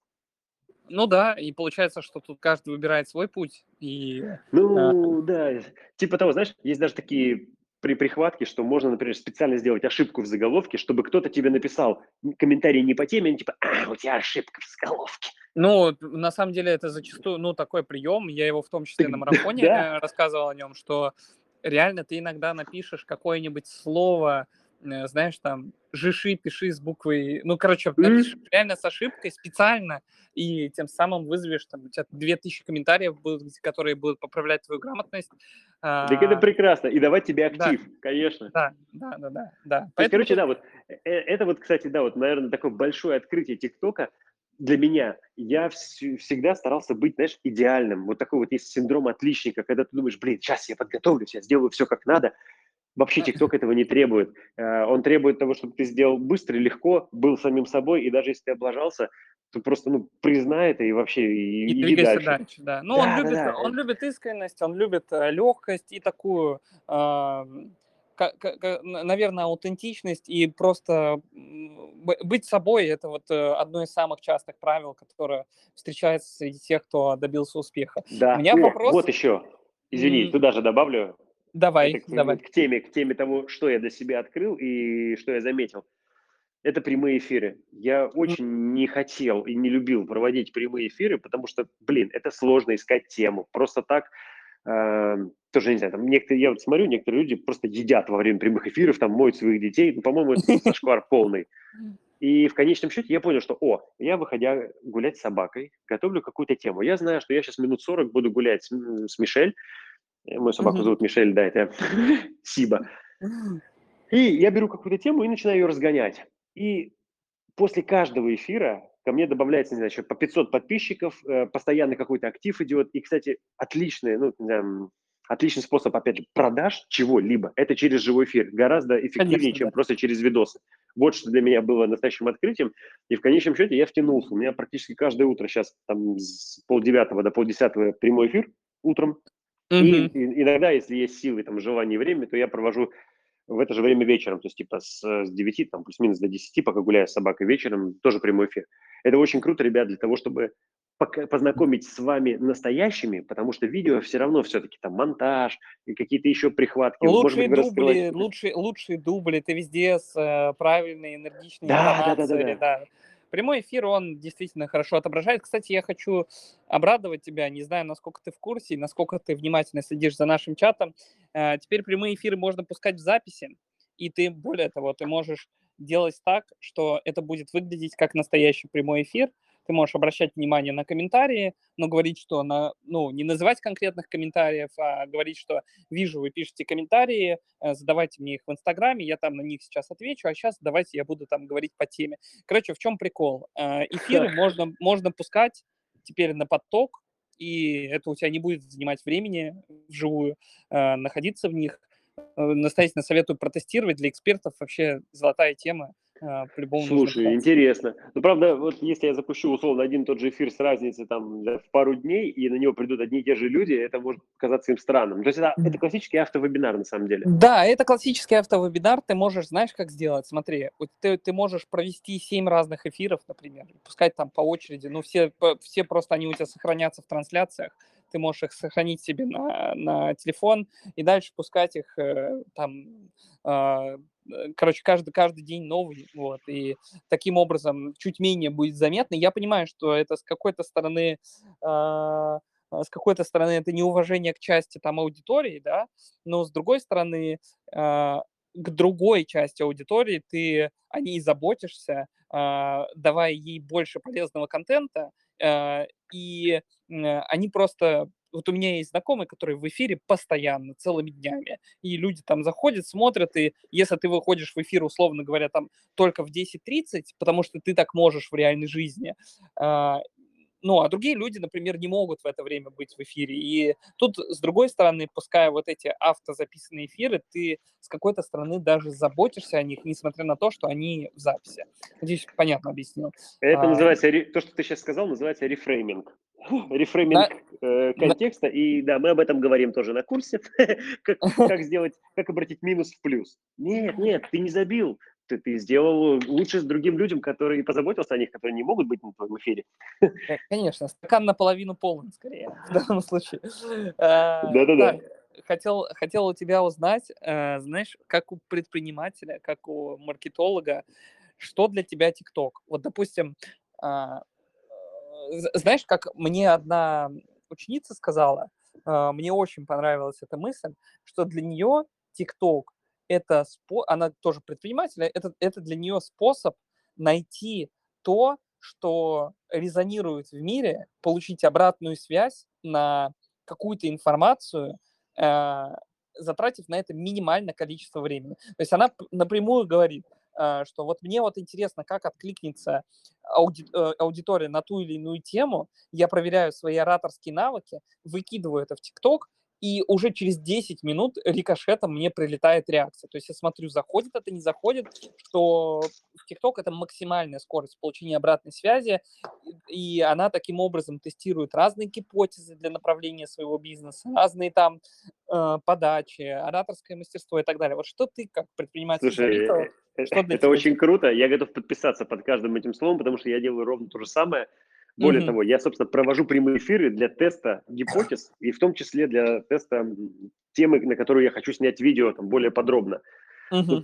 ну да, и получается, что тут каждый выбирает свой путь. И а, Ну, да, типа того, знаешь, есть даже такие при прихватке, что можно, например, специально сделать ошибку в заголовке, чтобы кто-то тебе написал комментарий не по теме, а типа, а, у тебя ошибка в заголовке. ну, на самом деле это зачастую, ну, такой прием. Я его в том Так, числе на марафоне да, э, рассказывал о нем, что реально ты иногда напишешь какое-нибудь слово, э, знаешь, там, жиши, пиши с буквой, ну, короче, напишешь м, реально с ошибкой специально, и тем самым вызовешь, там, у тебя две тысячи комментариев будут, которые будут поправлять твою грамотность. так это А, прекрасно. И давать тебе да, актив, конечно. да, да, да, да, да. То есть, Поэтому короче, тут, да, вот э, э, это вот, кстати, да, вот, наверное, такое большое открытие ТикТока для меня. Я вс- всегда старался быть, знаешь, идеальным. Вот такой вот есть синдром отличника, когда ты думаешь, блин, сейчас я подготовлюсь, я сделаю все как надо. Вообще а, ТикТок этого не требует. Э, Он требует того, чтобы ты сделал быстро, легко, был самим собой, и даже если ты облажался, то просто, ну, признай это и вообще и и- иди двигайся дальше. дальше, да. Ну, он Да, да, любит, да. он э, любит искренность, он любит э, легкость и такую, наверное, аутентичность и просто м, б- быть собой. Это вот э, одно из самых частых правил, которое встречается среди тех, кто добился успеха. У Да. меня О, вопрос, вот еще. Извини, м, туда же добавлю. Это давай, к, давай. вот к теме, к теме того, что я для себя открыл и что я заметил. это прямые эфиры. Я очень не хотел и не любил проводить прямые эфиры, потому что, блин, это сложно искать тему. Просто так, э, тоже не знаю, там некоторые, я вот смотрю, некоторые люди просто едят во время прямых эфиров, там моют своих детей. Ну, по-моему, это зашквар полный. И в конечном счете я понял, что, о, я, выходя гулять с собакой, готовлю какую-то тему. Я знаю, что я сейчас минут сорок буду гулять с, с Мишель. Мою собаку зовут Мишель, да, это Сиба. И я беру какую-то тему и начинаю ее разгонять. И после каждого эфира ко мне добавляется, не знаю, еще по пятьсот подписчиков, э, постоянно какой-то актив идет. И, кстати, отличный, ну, не знаю, отличный способ, опять же, продаж чего-либо. Это через живой эфир. Гораздо эффективнее, Конечно, чем да. просто через видосы. Вот что для меня было настоящим открытием. И в конечном счете я втянулся. У меня практически каждое утро сейчас там с полдевятого до полдесятого прямой эфир утром. И, Мгм. и иногда, если есть силы, там, желание и время, то я провожу в это же время вечером, то есть типа с, с девяти, там, плюс-минус до десяти, пока гуляю с собакой вечером, тоже прямой эфир. Это очень круто, ребят, для того, чтобы пока- познакомить с вами настоящими, потому что видео все равно все-таки там монтаж и какие-то еще прихватки. Может быть, Лучшие вы раскрываете дубли, какую-то... лучшие, лучшие дубли, ты везде с э, правильной энергичной Да, да, да, да, интонацией, да. да. Прямой эфир, он действительно хорошо отображает. Кстати, я хочу обрадовать тебя, не знаю, насколько ты в курсе и насколько ты внимательно следишь за нашим чатом. Э, Теперь прямые эфиры можно пускать в записи, и ты, более того, ты можешь делать так, что это будет выглядеть как настоящий прямой эфир. Ты можешь обращать внимание на комментарии, но говорить, что на, ну, не называть конкретных комментариев, а говорить, что вижу, вы пишете комментарии, э, задавайте мне их в Инстаграме, я там на них сейчас отвечу, а сейчас давайте я буду там говорить по теме. Короче, в чем прикол? Э, Эфиры можно, можно пускать теперь на поток, и это у тебя не будет занимать времени вживую, э, находиться в них. Э, Настоятельно советую протестировать. Для экспертов вообще золотая тема. э, По-любому нужно Слушай, пытаться. интересно. Ну, правда, вот если я запущу, условно, один и тот же эфир с разницей там да, в пару дней, и на него придут одни и те же люди, это может показаться им странным. То есть это, это классический автовебинар на самом деле. Да, это классический автовебинар. Ты можешь, знаешь, как сделать? Смотри, вот ты, ты можешь провести семь разных эфиров, например, и пускать там по очереди. Ну, все, по- все просто они у тебя сохранятся в трансляциях. Ты можешь их сохранить себе на, на телефон и дальше пускать их э, там, а, э, короче, каждый, каждый день новый. Вот, и таким образом чуть менее будет заметно. Я понимаю, что это с какой-то стороны а, а, с какой-то стороны это неуважение к части там аудитории, да, но с другой стороны, а, к другой части аудитории ты о ней заботишься, а, давая ей больше полезного контента, а, и м, они просто... Вот у меня есть знакомые, которые в эфире постоянно, целыми днями, и люди там заходят, смотрят, и если ты выходишь в эфир, условно говоря, там только в десять тридцать, потому что ты так можешь в реальной жизни, а, ну, а другие люди, например, не могут в это время быть в эфире. И тут, с другой стороны, пуская вот эти автозаписанные эфиры, ты с какой-то стороны даже заботишься о них, несмотря на то, что они в записи. Надеюсь, понятно объяснил. Это А, называется, ре- то, что ты сейчас сказал, называется рефрейминг. Рефрейминг на- э, на- контекста. И да, мы об этом говорим тоже на курсе. Как, как сделать, как обратить минус в плюс. Нет, нет, ты не забил. Ты, ты сделал лучше с другим людям, которые позаботился о них, которые не могут быть на твоем эфире. Э, Конечно, стакан наполовину полон, скорее, в данном случае. А, Да-да-да. Так, хотел, хотел у тебя узнать, э, знаешь, как у предпринимателя, как у маркетолога, что для тебя ТикТок? Вот, допустим, а, э, з- знаешь, как мне одна ученица сказала, а, мне очень понравилась эта мысль, что для нее ТикТок это спо... она тоже предприниматель, а это, это для нее способ найти то, что резонирует в мире, получить обратную связь на какую-то информацию, э, затратив на это минимальное количество времени. То есть она п- напрямую говорит, э, что вот мне вот интересно, как откликнется ауди- э, аудитория на ту или иную тему, я проверяю свои ораторские навыки, выкидываю это в ТикТок, и уже через десять минут рикошетом мне прилетает реакция. То есть я смотрю, заходит это, не заходит, что в ТикТок это максимальная скорость получения обратной связи, и она таким образом тестирует разные гипотезы для направления своего бизнеса, разные там э, подачи, ораторское мастерство и так далее. Вот что ты как предприниматель заметил, Слушай, э, что для это тебя очень ТикТок? круто. Я готов подписаться под каждым этим словом, потому что я делаю ровно то же самое. Более Мгм, того, я, собственно, провожу прямые эфиры для теста гипотез, и в том числе для теста м, темы, на которую я хочу снять видео там, более подробно. мгм. Ну,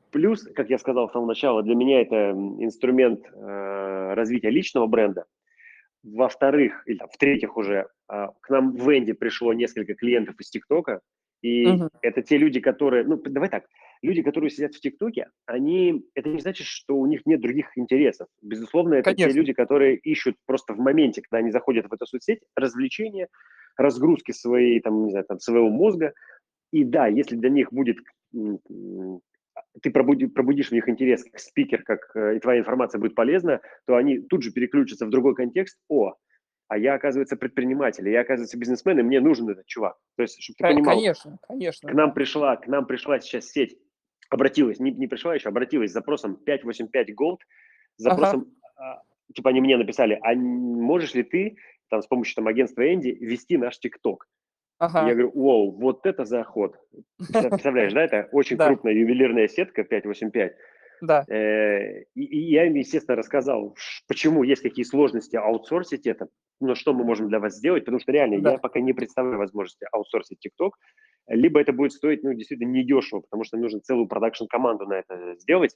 Плюс, как я сказал с самого начала, для меня это инструмент э, развития личного бренда. Во-вторых, или там, в-третьих уже, а, к нам в Энди пришло несколько клиентов из ТикТока, и Мгм. это те люди, которые, ну, давай так, люди, которые сидят в ТикТоке, они, это не значит, что у них нет других интересов. Безусловно, это те Конечно. люди, которые ищут просто в моменте, когда они заходят в эту соцсеть, развлечения, разгрузки своей, там, не знаю, там, своего мозга. И да, если для них будет, м, м, ты пробуди- пробудишь в них интерес как спикер, как э, и твоя информация будет полезна, то они тут же переключатся в другой контекст. О, а я, оказывается, предприниматель, я, оказывается, бизнесмен, и мне нужен этот чувак. То есть, чтобы ты Ко- понимал, Конечно, к конечно, нам да. пришла, к нам пришла сейчас сеть, обратилась, не, не пришла еще, обратилась с запросом пять восемь пять Gold, с Ага, запросом, а, типа они мне написали, а можешь ли ты там с помощью там агентства Энди вести наш ТикТок? Я ага. говорю, вау, вот это заход. Представляешь, да, это очень Да, крупная ювелирная сетка пять восемь пять. да, Э, И, и я им, естественно, рассказал, ш- почему есть какие сложности аутсорсить это, ну, что мы можем для вас сделать, потому что реально я да. пока не представляю возможности аутсорсить TikTok, либо это будет стоить, ну, действительно недешево, потому что нужно целую продакшн-команду на это сделать,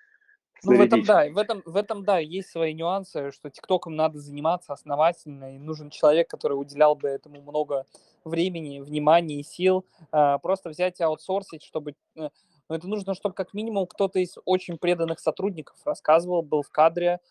Ну, в этом, снарядить. да, в этом, в этом, да, есть свои нюансы, что ТикТоком надо заниматься основательно, и нужен человек, который уделял бы этому много времени, внимания и сил. А, Просто взять и аутсорсить, чтобы... э, Ну, это нужно, чтобы как минимум кто-то из очень преданных сотрудников рассказывал, был в кадре.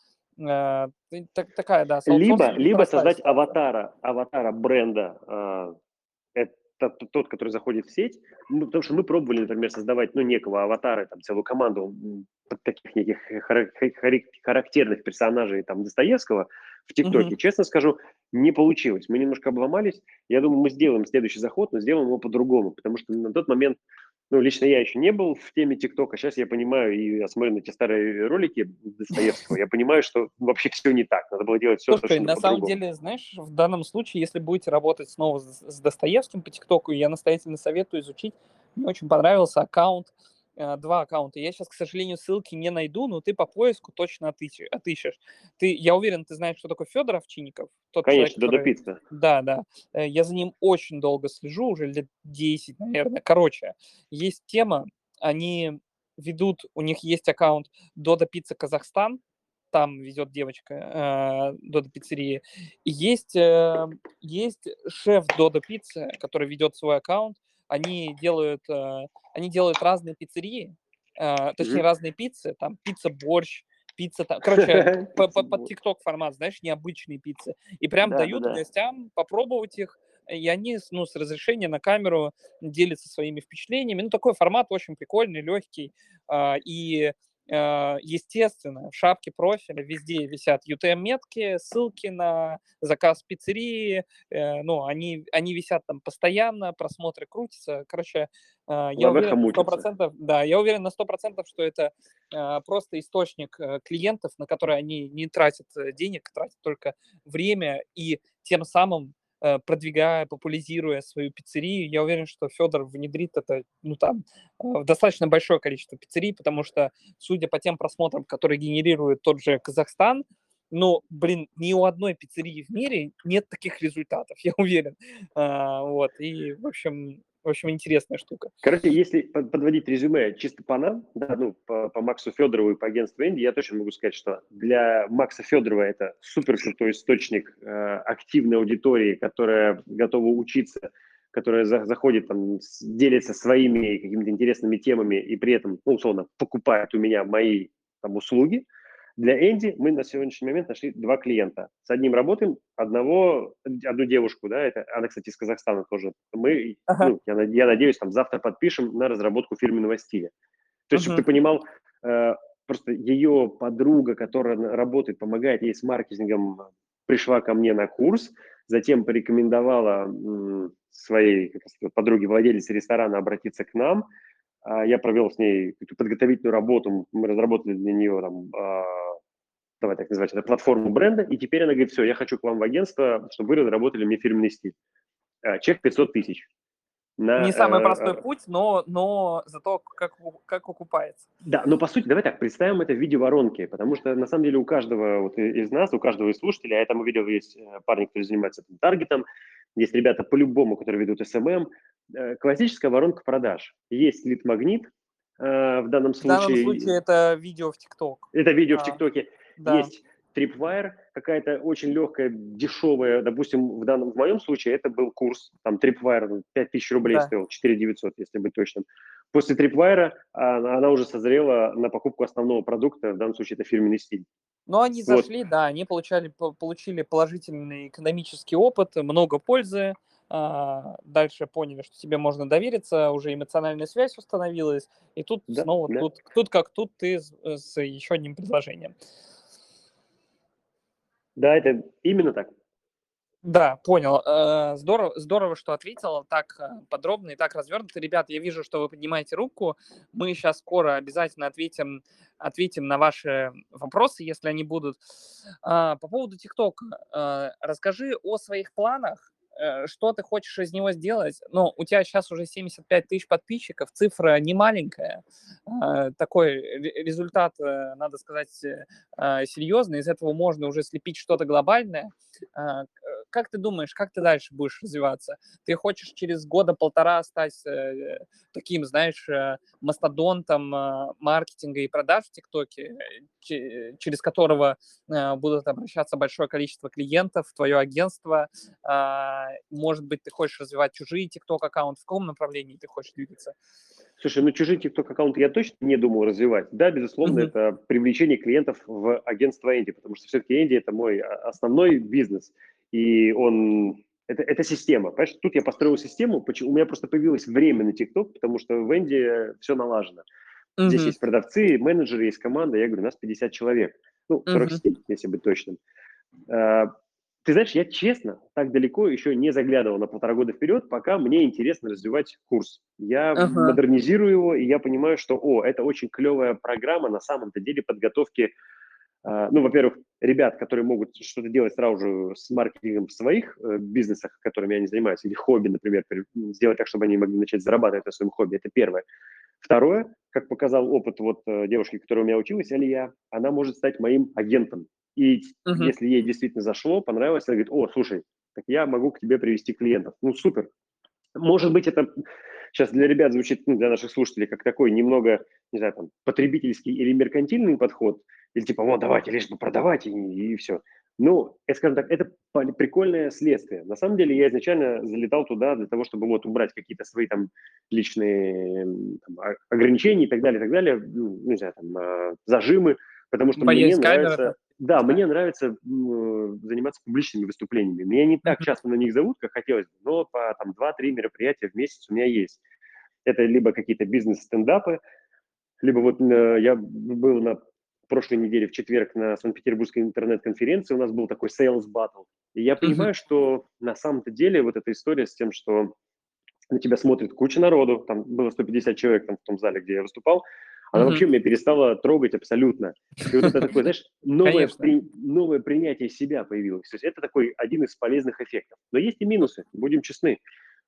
Э, и так- Такая, да, с Либо, аутсорсингом либо непростая создать ситуация. аватара, аватара бренда, а, это тот, который заходит в сеть. Ну, потому что мы пробовали, например, создавать, ну, некого аватара, там, целую команду м, таких неких хара- хари- характерных персонажей, там, Достоевского в Мгм. ТикТоке. Честно скажу, не получилось. Мы немножко обломались. Я думаю, мы сделаем следующий заход, но сделаем его по-другому, потому что на тот момент, ну, лично я еще не был в теме ТикТока. Сейчас я понимаю, и я смотрю на те старые ролики Достоевского, я понимаю, что вообще все не так. Надо было делать все Слушай, совершенно на самом по-другому. деле, знаешь, в данном случае, если будете работать снова с с Достоевским по ТикТоку, я настоятельно советую изучить. Мне очень понравился аккаунт, э, два аккаунта. Я сейчас, к сожалению, ссылки не найду, но ты по поиску точно отыщи отыщешь. Ты, я уверен, ты знаешь, что такое Федор Овчинников, тот человек, Конечно, Додо который... Пицца. Да, да. Э, я за ним очень долго слежу, уже лет десять, наверное. Короче, есть тема, они ведут, у них есть аккаунт Додо Пицца Казахстан, там везет девочка, э, Додо пиццерии. И есть, э, есть шеф Додо Пиццы, который ведет свой аккаунт. Они делают, э, они делают разные пиццерии, э, точнее, Мгм. разные пиццы, там пицца-борщ, пицца там, короче, по- по- под Пиццебол. ТикТок формат, знаешь, необычные пиццы. И прям Да, да, дают да. гостям попробовать их, и они, с- ну, с разрешения на камеру делятся своими впечатлениями. Ну, такой формат очень прикольный, легкий. а, И Э, естественно, в шапке профиля везде висят ю ти эм-метки, ссылки на заказ пиццерии. э, Ну, они, они висят там постоянно, просмотры крутятся. Короче, э, я Лавеха уверен на сто мутится. процентов, да, я уверен на сто процентов, что это э, просто источник э, клиентов, на которые они не тратят э, денег, тратят только время и тем самым э, продвигая, популяризируя свою пиццерию, я уверен, что Федор внедрит это, ну, там, э, в достаточно большое количество пиццерий, потому что судя по тем просмотрам, которые генерирует тот же Казахстан, ну, блин, ни у одной пиццерии в мире нет таких результатов, я уверен. А, вот, и, в общем, в общем, интересная штука. Короче, если под- подводить резюме чисто по нам, да, ну, по, по Максу Федорову и по агентству Энди, я точно могу сказать, что для Макса Федорова это супер крутой источник э, активной аудитории, которая готова учиться, которая за- заходит, там, с- делится своими какими-то интересными темами и при этом, ну, условно, покупает у меня мои там, услуги. Для Энди мы на сегодняшний момент нашли два клиента. С одним работаем, одного, одну девушку, да, это, она, кстати, из Казахстана тоже. Мы, Ага, ну, я, я надеюсь, там завтра подпишем на разработку фирменного стиля. То есть, чтобы ты мгм, понимал, э, просто ее подруга, которая работает, помогает ей с маркетингом, пришла ко мне на курс, затем порекомендовала м, своей как сказать, подруге, владелице ресторана, обратиться к нам. А Я провел с ней какую-то подготовительную работу, мы разработали для нее там, а, давай так называть, это платформу бренда, и теперь она говорит, все, я хочу к вам в агентство, чтобы вы разработали мне фирменный стиль. А, Чек пятьсот супер. тысяч. На, Не самый э, простой э, путь, но, но зато как, у- как окупается. да, но по сути, давай так, представим это в виде воронки, потому что на самом деле у каждого вот и- из нас, у каждого из слушателей, а я там увидел, есть э, парни, которые занимаются там, таргетом, есть ребята по-любому, которые ведут эс эм эм, э, классическая воронка продаж. Есть лид-магнит, э, в данном В данном случае. случае это видео в ТикТок. Это видео в А, ТикТоке. да, Есть Tripwire, какая-то очень легкая, дешевая, допустим, в данном, в моем случае это был курс, там Tripwire пять тысяч рублей да. стоил, четыре тысячи девятьсот, если быть точным. После Tripwire а, она уже созрела на покупку основного продукта, в данном случае это фирменный стиль. Но они Вот. зашли, да, они получали, по- получили положительный экономический опыт, много пользы. а, Дальше поняли, что тебе можно довериться, уже эмоциональная связь установилась, и тут Да, снова, да. тут, тут как тут ты с, с еще одним предложением. Да, это именно так. Да, понял. Э, Здорово, здорово, что ответил так э, подробно и так развернуто. Ребят, я вижу, что вы поднимаете руку. Мы сейчас скоро обязательно ответим, ответим на ваши вопросы, если они будут. А, По поводу ТикТока. э, Расскажи о своих планах. э, Что ты хочешь из него сделать? Ну, у тебя сейчас уже семьдесят пять тысяч подписчиков, цифра не маленькая. Э, Такой ре- результат, э, надо сказать, э, э, серьезный. Из этого можно уже слепить что-то глобальное. А, к- э, Как ты думаешь, как ты дальше будешь развиваться? Ты хочешь через года-полтора стать э, таким, знаешь, э, мастодонтом э, маркетинга и продаж в ТикТоке, э, че- через которого э, будут обращаться большое количество клиентов в твое агентство? А, Может быть, ты хочешь развивать чужие ТикТок-аккаунты? В каком направлении ты хочешь двигаться? Слушай, ну чужие TikTok-аккаунты я точно не думаю развивать. Да, безусловно, Мгм. это привлечение клиентов в агентство Энди, потому что все-таки Энди – это мой а, основной бизнес, и он… Это, это система. Понимаешь, тут я построил систему, почему, у меня просто появилось время на TikTok, потому что в Энди все налажено. Здесь Мгм. есть продавцы, менеджеры, есть команда, я говорю, у нас пятьдесят человек, ну, сорок Мгм. семь, если быть точным. А, Ты знаешь, я честно так далеко еще не заглядывал на полтора года вперед, пока мне интересно развивать курс. Я Ага. модернизирую его, и я понимаю, что, о, это очень клевая программа на самом-то деле подготовки, а, ну, во-первых, ребят, которые могут что-то делать сразу же с маркетингом в своих э, бизнесах, которыми они занимаются, или хобби, например, пере- сделать так, чтобы они могли начать зарабатывать на своем хобби. Это первое. Второе, как показал опыт вот э, девушки, которая у меня училась, Алия, она может стать моим агентом. И Мгм. если ей действительно зашло, понравилось, она говорит, о, слушай, так я могу к тебе привести клиентов. Ну, супер. Может быть, это сейчас для ребят звучит, ну, для наших слушателей, как такой немного, не знаю, там, потребительский или меркантильный подход, или типа, вот, давайте, лишь бы продавать, и, и все. Ну, это, скажем так, это прикольное следствие. На самом деле я изначально залетал туда для того, чтобы вот убрать какие-то свои там личные там, ограничения и так далее, и так далее, ну, не знаю, там, а, зажимы, потому что мне Боясь камеры, нравится, там, да, да. мне нравится м, заниматься публичными выступлениями. Меня не так Мгм. часто на них зовут, как хотелось бы, но по там два-три мероприятия в месяц у меня есть. Это либо какие-то бизнес-стендапы, либо вот э, я был на прошлой неделе в четверг на Санкт-Петербургской интернет-конференции, у нас был такой sales battle. И я Мгм. понимаю, что на самом-то деле вот эта история с тем, что на тебя смотрит куча народу, там было сто пятьдесят человек там, в том зале, где я выступал, она Мгм. вообще меня перестала трогать абсолютно. И вот это такое, знаешь, новое, Конечно. при, новое принятие себя появилось. То есть это такой один из полезных эффектов. Но есть и минусы, будем честны.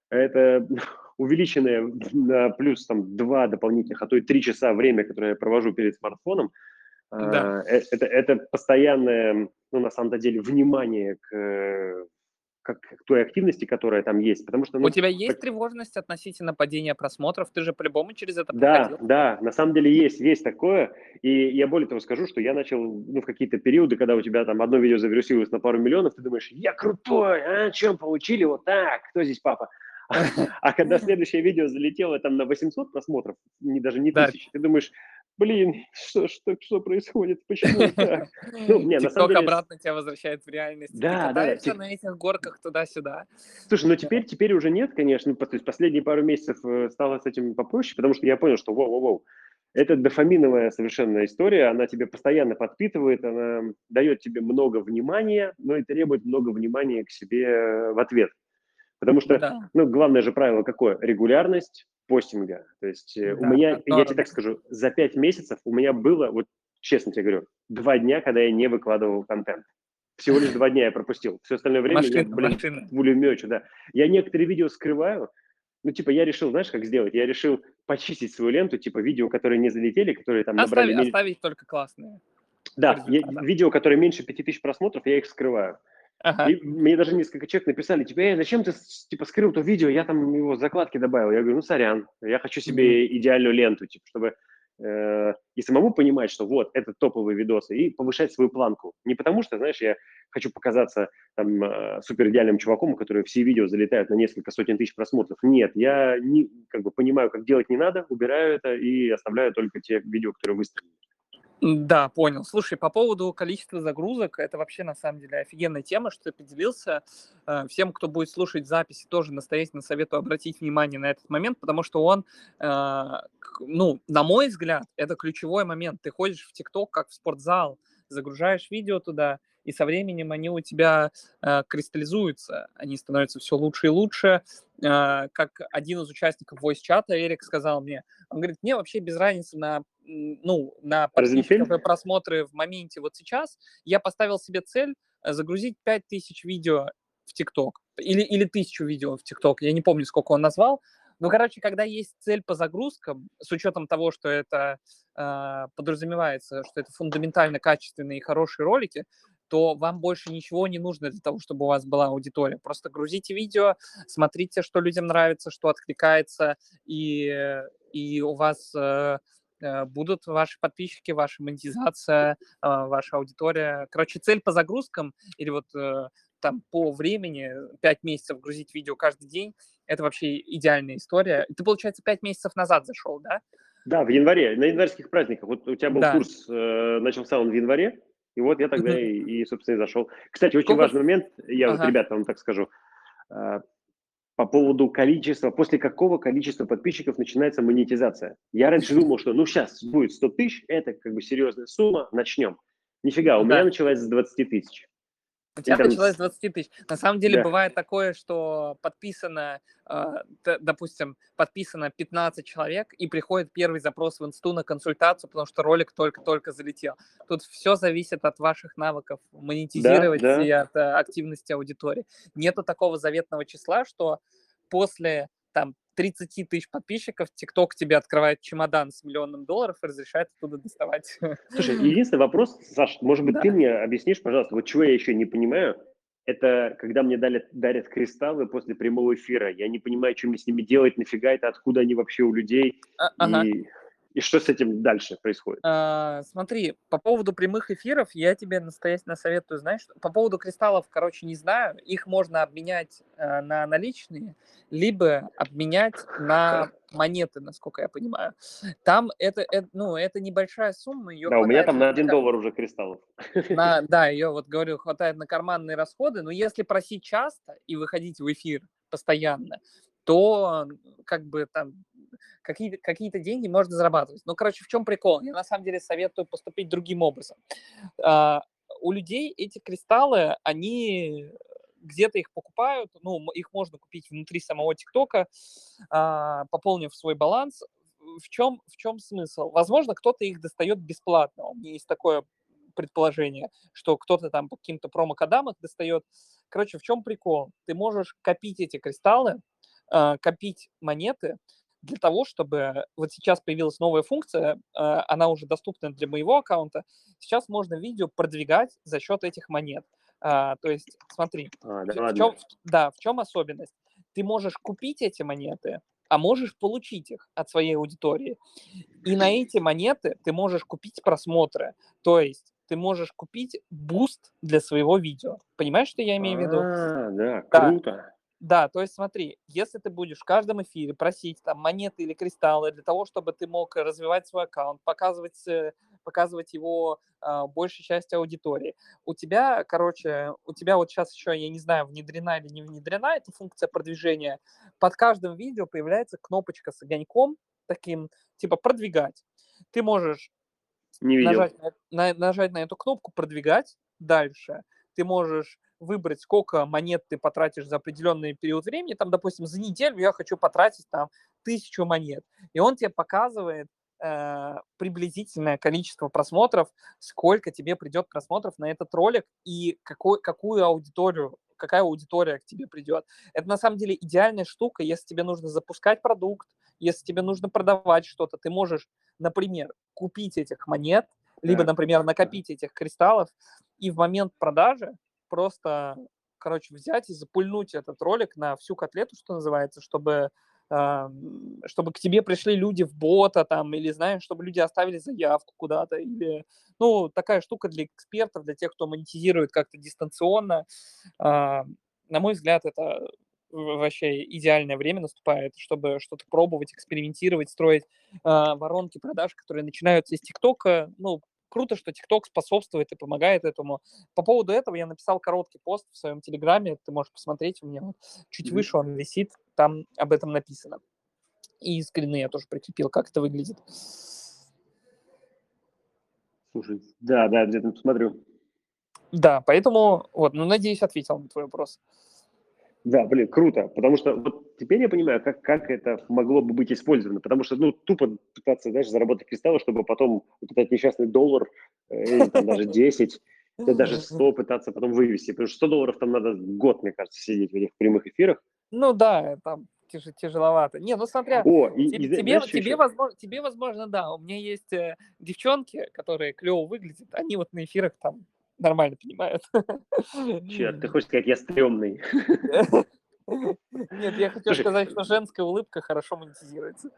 Это увеличенное на плюс там два дополнительных, а то и три часа время, которое я провожу перед смартфоном. Да. А, э, Это, это постоянное, ну, на самом деле, внимание к, э, как, к той активности, которая там есть. Потому что, У ну, тебя есть тревожность относительно падения просмотров? Ты же по-любому через это да, проходил. да, на самом деле есть, есть такое. И я более того скажу, что я начал, ну, в какие-то периоды, когда у тебя там одно видео завирусилось на пару миллионов, ты думаешь, я крутой, а, чем получили вот так, кто здесь папа? А когда следующее видео залетело там на восемьсот просмотров, не, даже не Да. тысячи, ты думаешь, блин, что, что, что происходит, почему так? Ну, не, на самом ТикТок деле, с- обратно тебя возвращает в реальность, и ты да, да, да, катаешься на этих горках туда-сюда. слушай, ну Да. теперь, теперь уже нет, конечно, то есть последние пару месяцев э, стало с этим попроще, потому что я понял, что воу-воу-воу, это дофаминовая совершенно история, она тебе постоянно подпитывает, она дает тебе много внимания, но и требует много внимания к себе э, в ответ. Потому что, Да. ну, главное же правило какое? Регулярность постинга. То есть э, у Да. меня, Одно я тебе раз. так скажу, за пять месяцев у меня было, вот честно тебе говорю, два дня, когда я не выкладывал контент. Всего лишь два дня я пропустил. Все остальное время я, Машина, блин, машина. пулемечу, да. Я некоторые видео скрываю. Ну, типа, я решил, знаешь, как сделать? Я решил почистить свою ленту, типа, видео, которые не залетели, которые там набрали... Оставить, меньше. оставить только классные по Да, я- результатам. видео, которые меньше пяти тысяч просмотров, я их скрываю. Ага. И мне даже несколько человек написали, типа, эй, зачем ты, типа, скрыл то видео, я там его закладки добавил. Я говорю, ну, сорян, я хочу Мгм. себе идеальную ленту, типа, чтобы э, и самому понимать, что вот, это топовые видосы, и повышать свою планку. Не потому что, знаешь, я хочу показаться там э, супер идеальным чуваком, у которого все видео залетают на несколько сотен тысяч просмотров. Нет, я не, как бы понимаю, как делать не надо, убираю это и оставляю только те видео, которые выстрелили. Да, понял. Слушай, по поводу количества загрузок, это вообще на самом деле офигенная тема, что ты поделился. Э, Всем, кто будет слушать записи, тоже настоятельно советую обратить внимание на этот момент, потому что он, э, к- ну, на мой взгляд, это ключевой момент. Ты ходишь в ТикТок как в спортзал, загружаешь видео туда, и со временем они у тебя э, кристаллизуются, они становятся все лучше и лучше. Э, как один из участников voice-чата, Эрик, сказал мне, он говорит, мне вообще без разницы на м, ну, на подписчиков Розенфельд? и просмотры в моменте вот сейчас. Я поставил себе цель э, загрузить пять тысяч видео в ТикТок. Или, или тысячу видео в ТикТок. Я не помню, сколько он назвал. Ну, короче, когда есть цель по загрузкам, с учетом того, что это э, подразумевается, что это фундаментально качественные и хорошие ролики, то вам больше ничего не нужно для того, чтобы у вас была аудитория. Просто грузите видео, смотрите, что людям нравится, что откликается, и, и у вас э, э, будут ваши подписчики, ваша монетизация, э, ваша аудитория. Короче, цель по загрузкам или вот э, там по времени, пять месяцев грузить видео каждый день, это вообще идеальная история. Ты, получается, пять месяцев назад зашел, да? Да, в январе, на январских праздниках. Вот у тебя был Да. курс, э, начался он в январе, и вот я тогда Мгм. и, и, собственно, и зашел. Кстати, очень Сколько... важный момент, я вот Ага. ребятам вам так скажу, э, по поводу количества, после какого количества подписчиков начинается монетизация. Я раньше думал, что ну сейчас будет сто тысяч, это как бы серьезная сумма, начнем. Нифига, у меня Да. началась с двадцати тысяч. У Или тебя там, началось с с- двадцати тысяч. На самом деле да, бывает такое, что подписано, э, т- допустим, подписано пятнадцать человек, и приходит первый запрос в инсту на консультацию, потому что ролик только-только залетел. Тут все зависит от ваших навыков да, монетизировать и да. от э, активности аудитории. Нету такого заветного числа, что после там тридцати тысяч подписчиков TikTok тебе открывает чемодан с миллионом долларов и разрешает оттуда доставать. Слушай, единственный вопрос, Саш, может быть, ты Да. мне объяснишь, пожалуйста, вот чего я еще не понимаю, это когда мне дали, дарят кристаллы после прямого эфира. Я не понимаю, что мне с ними делать, нафига это, откуда они вообще у людей, А- Ага. и, и что с этим дальше происходит. А, смотри, по поводу прямых эфиров я тебе настоятельно советую, знаешь, что- по поводу кристаллов, короче, не знаю, их можно обменять э, на наличные, либо обменять на монеты, насколько я понимаю. Там это, это, ну, это небольшая сумма, ее Да, у меня хватает там на, на на один ка- доллар уже кристаллов. на- да, ее вот говорю, хватает на карманные расходы, но если просить часто и выходить в эфир постоянно, то как бы там какие-то какие деньги можно зарабатывать. Ну, короче, в чем прикол? Я на самом деле советую поступить другим образом. А, у людей эти кристаллы, они где-то их покупают, ну, м- их можно купить внутри самого ТикТока, а, пополнив свой баланс. В чем, в чем смысл? Возможно, кто-то их достает бесплатно. У меня есть такое предположение, что кто-то там по каким-то промокодам их достает. Короче, в чем прикол? Ты можешь копить эти кристаллы, а, копить монеты для того, чтобы... Вот сейчас появилась новая функция, а, она уже доступна для моего аккаунта. Сейчас можно видео продвигать за счет этих монет. А, то есть, смотри, А, да в, в ладно. чем, да, в чем особенность? Ты можешь купить эти монеты, а можешь получить их от своей аудитории. И на эти монеты ты можешь купить просмотры. То есть ты можешь купить буст для своего видео. Понимаешь, что я имею в виду? А, да, Да, круто. да, то есть смотри, если ты будешь в каждом эфире просить там монеты или кристаллы для того, чтобы ты мог развивать свой аккаунт, показывать, э, показывать его а, большей части аудитории, у тебя, короче, у тебя вот сейчас еще, я не знаю, внедрена или не внедрена эта функция продвижения, под каждым видео появляется кнопочка с огоньком таким, типа продвигать. Ты можешь Не видел. нажать на, на- нажать на эту кнопку «Продвигать» дальше. Ты можешь выбрать, сколько монет ты потратишь за определенный период времени. Там, допустим, за неделю я хочу потратить там тысячу монет. И он тебе показывает э, приблизительное количество просмотров, сколько тебе придет просмотров на этот ролик и какой, какую аудиторию, какая аудитория к тебе придет. Это на самом деле идеальная штука, если тебе нужно запускать продукт, если тебе нужно продавать что-то, ты можешь, например, купить этих монет, либо, Так, например, так. накопить этих кристаллов, и в момент продажи просто, короче, взять и запульнуть этот ролик на всю котлету, что называется, чтобы, ам, чтобы к тебе пришли люди в бота там, или, знаешь, чтобы люди оставили заявку куда-то, или, ну, такая штука для экспертов, для тех, кто монетизирует как-то дистанционно. А, на мой взгляд, это в вообще идеальное время наступает, чтобы что-то пробовать, экспериментировать, строить, а, воронки продаж, которые начинаются из "ТикТока". Ну, круто, что "ТикТок" способствует и помогает этому. По поводу этого я написал короткий пост в своем "Телеграме", ты можешь посмотреть, у меня вот чуть Мгм. выше он висит, там об этом написано. И скрины я тоже прикрепил, как это выглядит. Слушай, да, да, обязательно посмотрю. Да, поэтому вот, ну, надеюсь, ответил на твой вопрос. Да, блин, круто, потому что вот теперь я понимаю, как, как это могло бы быть использовано, потому что, ну, тупо пытаться, знаешь, заработать кристаллы, чтобы потом вот этот несчастный доллар, э, или там даже десять, да даже сто пытаться потом вывести, потому что сто долларов там надо год, мне кажется, сидеть в этих прямых эфирах. Ну да, там тяж тяжеловато. Не, ну смотря, О, и, и тебе зна- тебе знаешь, что тебе, еще? возможно тебе, возможно, да. У меня есть, э, девчонки, которые клево выглядят, они вот на эфирах там нормально понимают. Черт, ты хочешь сказать, я стрёмный. Нет, я хотел Слушай, сказать, что женская улыбка хорошо монетизируется.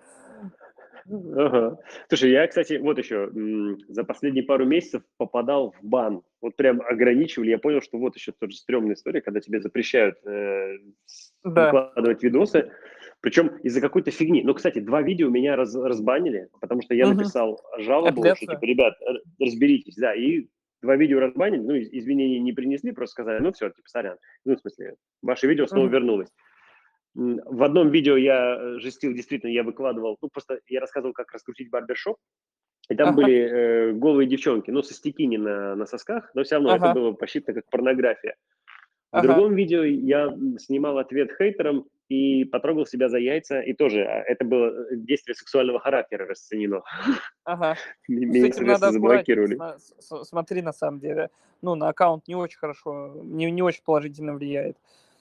ага. Слушай, я, кстати, вот еще м, за последние пару месяцев попадал в бан. Вот прям ограничивали. Я понял, что вот еще тоже стрёмная история, когда тебе запрещают э, с- Да. выкладывать видосы, причем из-за какой-то фигни. Ну, кстати, два видео меня раз- разбанили, потому что я Мгм. написал жалобу, что Апелляция. типа, ребят, р- разберитесь, да, и два видео разбанили, ну, из- извинений не принесли, просто сказали, ну, все, типа, сорян. Ну, в смысле, ваше видео снова Мгм. вернулось. М, В одном видео я э, жестил, действительно, я выкладывал, ну, просто я рассказывал, как раскрутить барбершоп, и там Ага, были э, голые девчонки, ну, со стекини на, на сосках, но все равно это ага, было посчитано как порнография. В ага, другом видео я м, снимал ответ хейтерам и потрогал себя за яйца, и тоже а, это было э, действие сексуального характера расценено. ага. М- Ну, с Меня, этим надо соответственно, аккуратнее. заблокировали. Сма с с смотри, на самом деле. Ну, на аккаунт не очень хорошо, не не очень положительно влияет.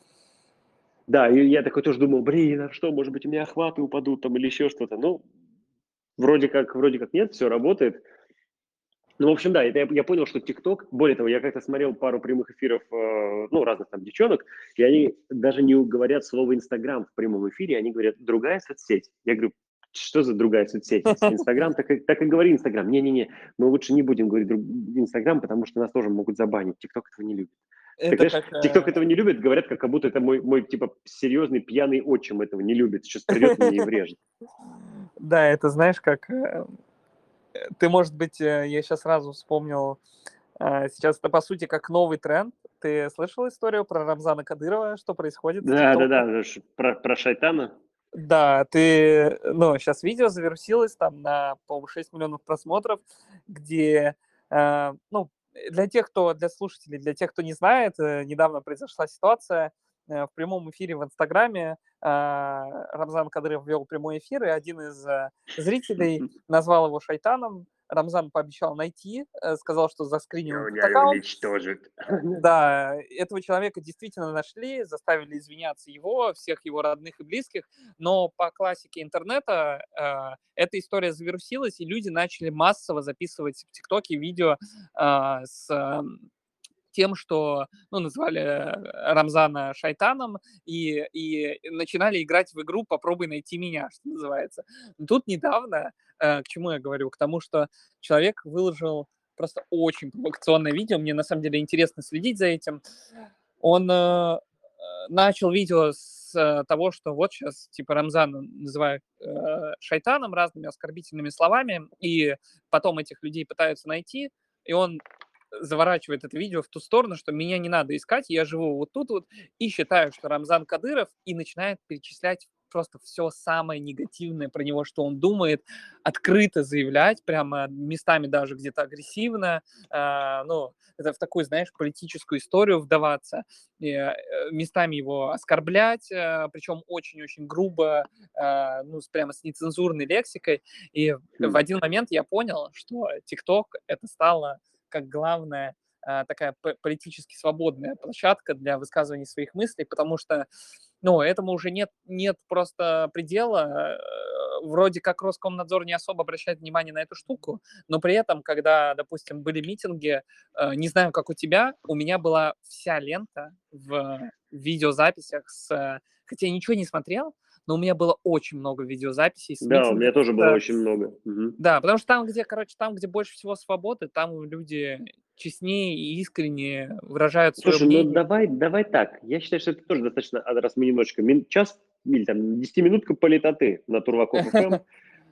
Да, и я такой тоже думал, блин, а что, может быть, у меня охваты упадут там или еще что-то. Ну, вроде как, вроде как нет, все работает. Ну, в общем, да, это я, я понял, что ТикТок, более того, я как-то смотрел пару прямых эфиров, э, ну, разных там девчонок, и они даже не говорят слово Инстаграм в прямом эфире, они говорят другая соцсеть. Я говорю, что за другая соцсеть? Инстаграм, так и, так и говори Инстаграм. Не-не-не, мы лучше не будем говорить друг- Инстаграм, потому что нас тоже могут забанить. ТикТок этого не любит. Так Это знаешь, как, ТикТок э этого не любит, говорят, как будто это мой, мой типа серьезный пьяный отчим этого не любит, сейчас придет мне и врежет. Да, это знаешь, как, э, ты, может быть, э, я сейчас сразу вспомнил, э, сейчас это, по сути, как новый тренд. Ты слышал историю про Рамзана Кадырова, что происходит с "ТикТоком"? Да-да-да, про, про шайтана. Да, ты, ну, сейчас видео завирусилось там на, по-моему, шесть миллионов просмотров, где, э, ну, для тех, кто, для слушателей, для тех, кто не знает, э, недавно произошла ситуация, э, в прямом эфире в "Инстаграме", а, Рамзан Кадыров вел прямой эфир, и один из, э, зрителей назвал его шайтаном. Рамзан пообещал найти, э, сказал, что заскринил этот Меня аккаунт. уничтожит. Да, этого человека действительно нашли, заставили извиняться его, всех его родных и близких, но по классике интернета э, эта история завирусилась, и люди начали массово записывать в ТикТоке видео а, с ам, тем, что, ну, называли э, Рамзана шайтаном, и, и начинали играть в игру «Попробуй найти меня», что называется. Тут недавно, э, к чему я говорю, к тому, что человек выложил просто очень провокационное видео, мне на самом деле интересно следить за этим. Он э, э, начал видео с э, того, что вот сейчас, типа, Рамзана называют э, шайтаном разными оскорбительными словами, и потом этих людей пытаются найти, и он заворачивает это видео в ту сторону, что меня не надо искать, я живу вот тут вот и считаю, что Рамзан Кадыров, и начинает перечислять просто все самое негативное про него, что он думает, открыто заявлять, прямо местами даже где-то агрессивно, а, ну, это в такую, знаешь, политическую историю вдаваться, и, э, местами его оскорблять, э, причем очень-очень грубо, а, ну, с, прямо с нецензурной лексикой. И в Хм. один момент я понял, что ТикТок это стало как главная а, такая п- политически свободная площадка для высказывания своих мыслей, потому что, ну, этому уже нет, нет просто предела. э, вроде как Роскомнадзор не особо обращает внимание на эту штуку, но при этом, когда, допустим, были митинги, э, не знаю, как у тебя, у меня была вся лента в видеозаписях с... Хотя я ничего не смотрел, но у меня было очень много видеозаписей с Да, у меня митингов. тоже было Э, очень много. Мгм. Да, потому что там, где, короче, там, где больше всего свободы, там люди честнее и искренне выражают свое Слушай, ну мнение. давай, давай так. Я считаю, что это тоже достаточно, а, раз мы немножечко, мин- час или там десятиминутка политоты на Турваков эф эм,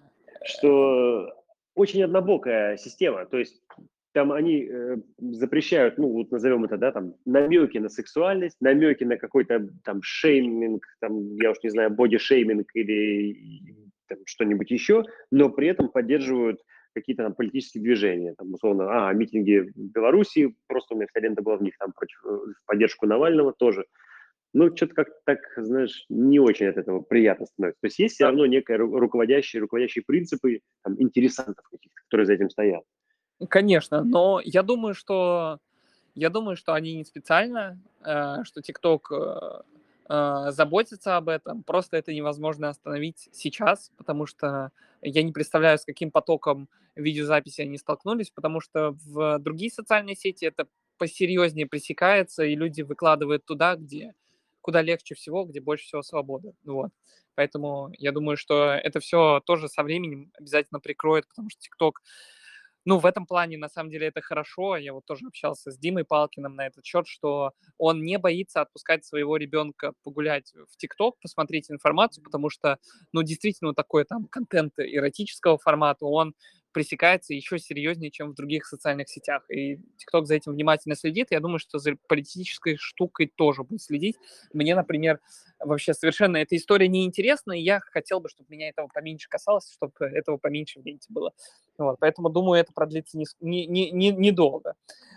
что очень однобокая система. То есть там они э, запрещают, ну вот назовем это, да, там намеки на сексуальность, намеки на какой-то там шейминг, там, я уж не знаю, боди-шейминг или там, что-нибудь еще, но при этом поддерживают какие-то там политические движения, там, условно, а, митинги в Беларуси, просто у меня вся лента была в них, там, против, э, в поддержку Навального тоже. Ну, что-то как-то так, знаешь, не очень от этого приятно становится. То есть есть все А, равно некие ру- руководящие, руководящие принципы там, интересантов каких-то, которые за этим стоят. Конечно, но я думаю, что я думаю, что они не специально, э, что TikTok э, э, заботится об этом. Просто это невозможно остановить сейчас, потому что я не представляю, с каким потоком видеозаписи они столкнулись, потому что в другие социальные сети это посерьезнее пресекается, и люди выкладывают туда, где куда легче всего, где больше всего свободы. Вот. Поэтому я думаю, что это все тоже со временем обязательно прикроет, потому что TikTok, ну, в этом плане, на самом деле, это хорошо. Я вот тоже общался с Димой Палкиным на этот счет, что он не боится отпускать своего ребенка погулять в ТикТок, посмотреть информацию, потому что, ну, действительно, такой там контент эротического формата, он пресекается еще серьезнее, чем в других социальных сетях. И ТикТок за этим внимательно следит. Я думаю, что за политической штукой тоже будет следить. Мне, например, вообще совершенно эта история неинтересна, и я хотел бы, чтобы меня этого поменьше касалось, чтобы этого поменьше в ленте было. Вот, поэтому, думаю, это продлится не, с- не, не, не- недолго.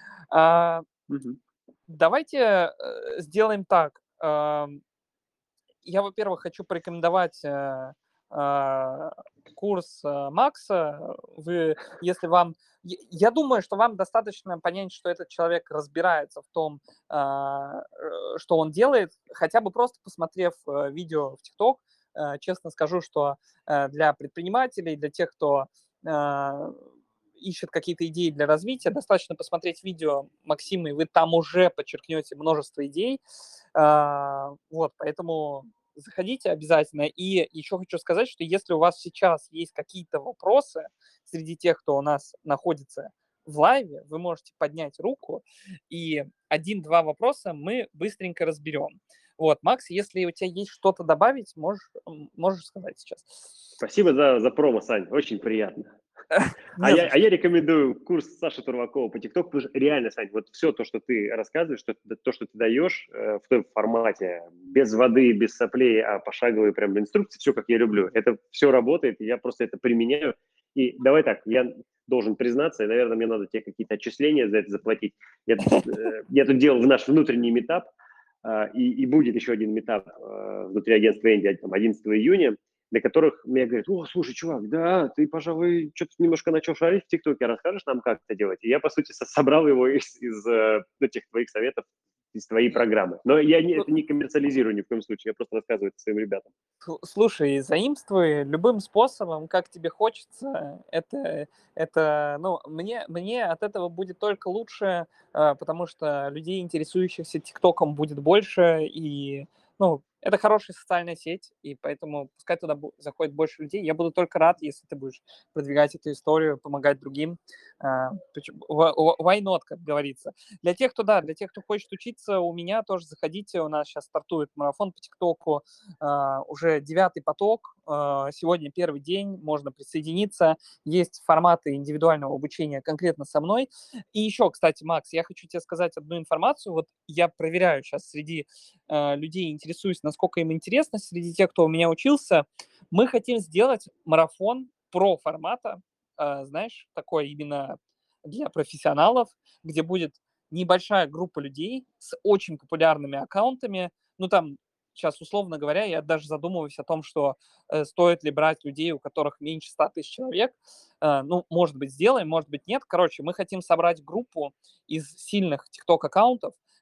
А, Мгм. давайте э, сделаем так. А, я, во-первых, хочу порекомендовать э, а, курс э, Макса. Вы, если вам... Я я думаю, что вам достаточно понять, что этот человек разбирается в том, а, э, что он делает, хотя бы просто посмотрев э, видео в ТикТок. Э, Честно скажу, что э, для предпринимателей, для тех, кто а, ищет какие-то идеи для развития, достаточно посмотреть видео Максима, и вы там уже подчеркнете множество идей. А, Вот, поэтому заходите обязательно. И еще хочу сказать, что если у вас сейчас есть какие-то вопросы среди тех, кто у нас находится в лайве, вы можете поднять руку, и один-два вопроса мы быстренько разберем. Вот, Макс, если у тебя есть что-то добавить, можешь, м, можешь сказать сейчас. Спасибо за, за промо, Сань, очень приятно. А Не я, за а я что. рекомендую курс Саши Турвакова по ТикТоку, потому что реально, Сань, вот все то, что ты рассказываешь, что, ты- то, что ты даешь э, в том формате, без воды, без соплей, а пошаговые прям инструкции, все, как я люблю, это все работает, и я просто это применяю. И давай так, я должен признаться, и, наверное, мне надо тебе какие-то отчисления за это заплатить. Я, э, я тут делал в наш внутренний метап, а, и, и будет еще один метап э, внутри агентства Инди, там, одиннадцатого июня, для которых мне говорят: о, слушай, чувак, да, ты, пожалуй, что-то немножко начал шарить в ТикТоке, расскажешь нам, как это делать? И я, по сути, со- собрал его из, из э, этих твоих советов, из твоей программы. Но я не, это не коммерциализирую ни в коем случае, я просто рассказываю это своим ребятам. Сл- Слушай, заимствуй любым способом, как тебе хочется. Это, это, ну, мне, мне от этого будет только лучше, э, потому что людей, интересующихся ТикТоком, будет больше, и, ну, это хорошая социальная сеть, и поэтому пускай туда бу- заходит больше людей. Я буду только рад, если ты будешь продвигать эту историю, помогать другим. А, почему- wh- wh- Why not, как говорится. Для тех, кто, да, для тех, кто хочет учиться, у меня тоже заходите, у нас сейчас стартует марафон по ТикТоку, а, уже девятый поток, а, сегодня первый день, можно присоединиться, есть форматы индивидуального обучения конкретно со мной. И еще, кстати, Макс, я хочу тебе сказать одну информацию, вот я проверяю сейчас среди а, людей, интересуюсь, насколько им интересно, среди тех, кто у меня учился, мы хотим сделать марафон про формата, а, знаешь, такой именно для профессионалов, где будет небольшая группа людей с очень популярными аккаунтами, ну там сейчас, условно говоря, я даже задумываюсь о том, что э, стоит ли брать людей, у которых меньше ста тысяч человек. Э, ну, может быть, сделаем, может быть, нет. Короче, мы хотим собрать группу из сильных TikTok-аккаунтов,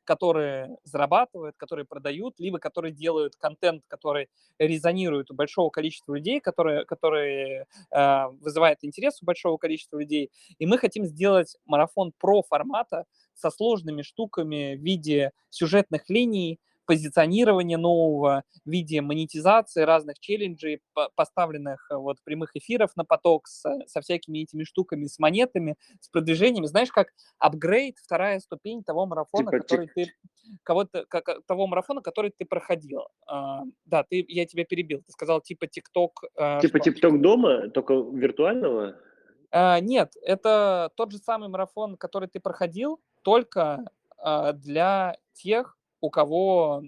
которые зарабатывают, которые продают, либо которые делают контент, который резонирует у большого количества людей, которые, которые э, вызывает интерес у большого количества людей. И мы хотим сделать марафон про формата со сложными штуками в виде сюжетных линий, позиционирования нового, в виде монетизации разных челленджей, поставленных вот прямых эфиров на поток с, со всякими этими штуками, с монетами, с продвижениями. Знаешь, как апгрейд, вторая ступень того марафона, Типа, который тип- ты кого-то, как, того марафона, который ты проходил. А, да, ты, я тебя перебил. Ты сказал типа ТикТок, а, типа что? TikTok дома, только виртуального? А, нет, это тот же самый марафон, который ты проходил, только а, для тех, у кого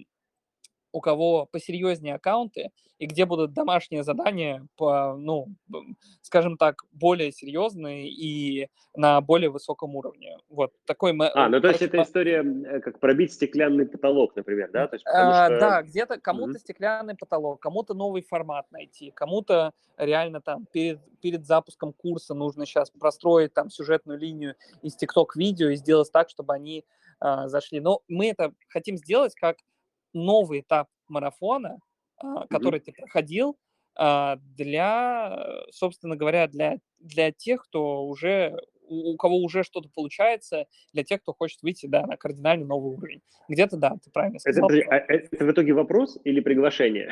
у кого посерьезнее аккаунты и где будут домашние задания по, ну, б- скажем так, более серьезные и на более высоком уровне. Вот такой, ма- А, э, ну то есть короче, это ма- история, э, как пробить стеклянный потолок, например, да? То есть потому а, что... да, где-то кому-то Мгм. стеклянный потолок, кому-то новый формат найти, кому-то реально там перед, перед запуском курса нужно сейчас простроить там сюжетную линию из TikTok видео и сделать так, чтобы они а, зашли. Но мы это хотим сделать как новый этап марафона, а, Мгм. который ты проходил, а, для, э, собственно говоря, для, для тех, кто уже, у, у кого уже что-то получается, для тех, кто хочет выйти, да, на кардинально новый уровень. Где-то, да, ты правильно Это, сказал. подожди, а это в итоге вопрос или приглашение?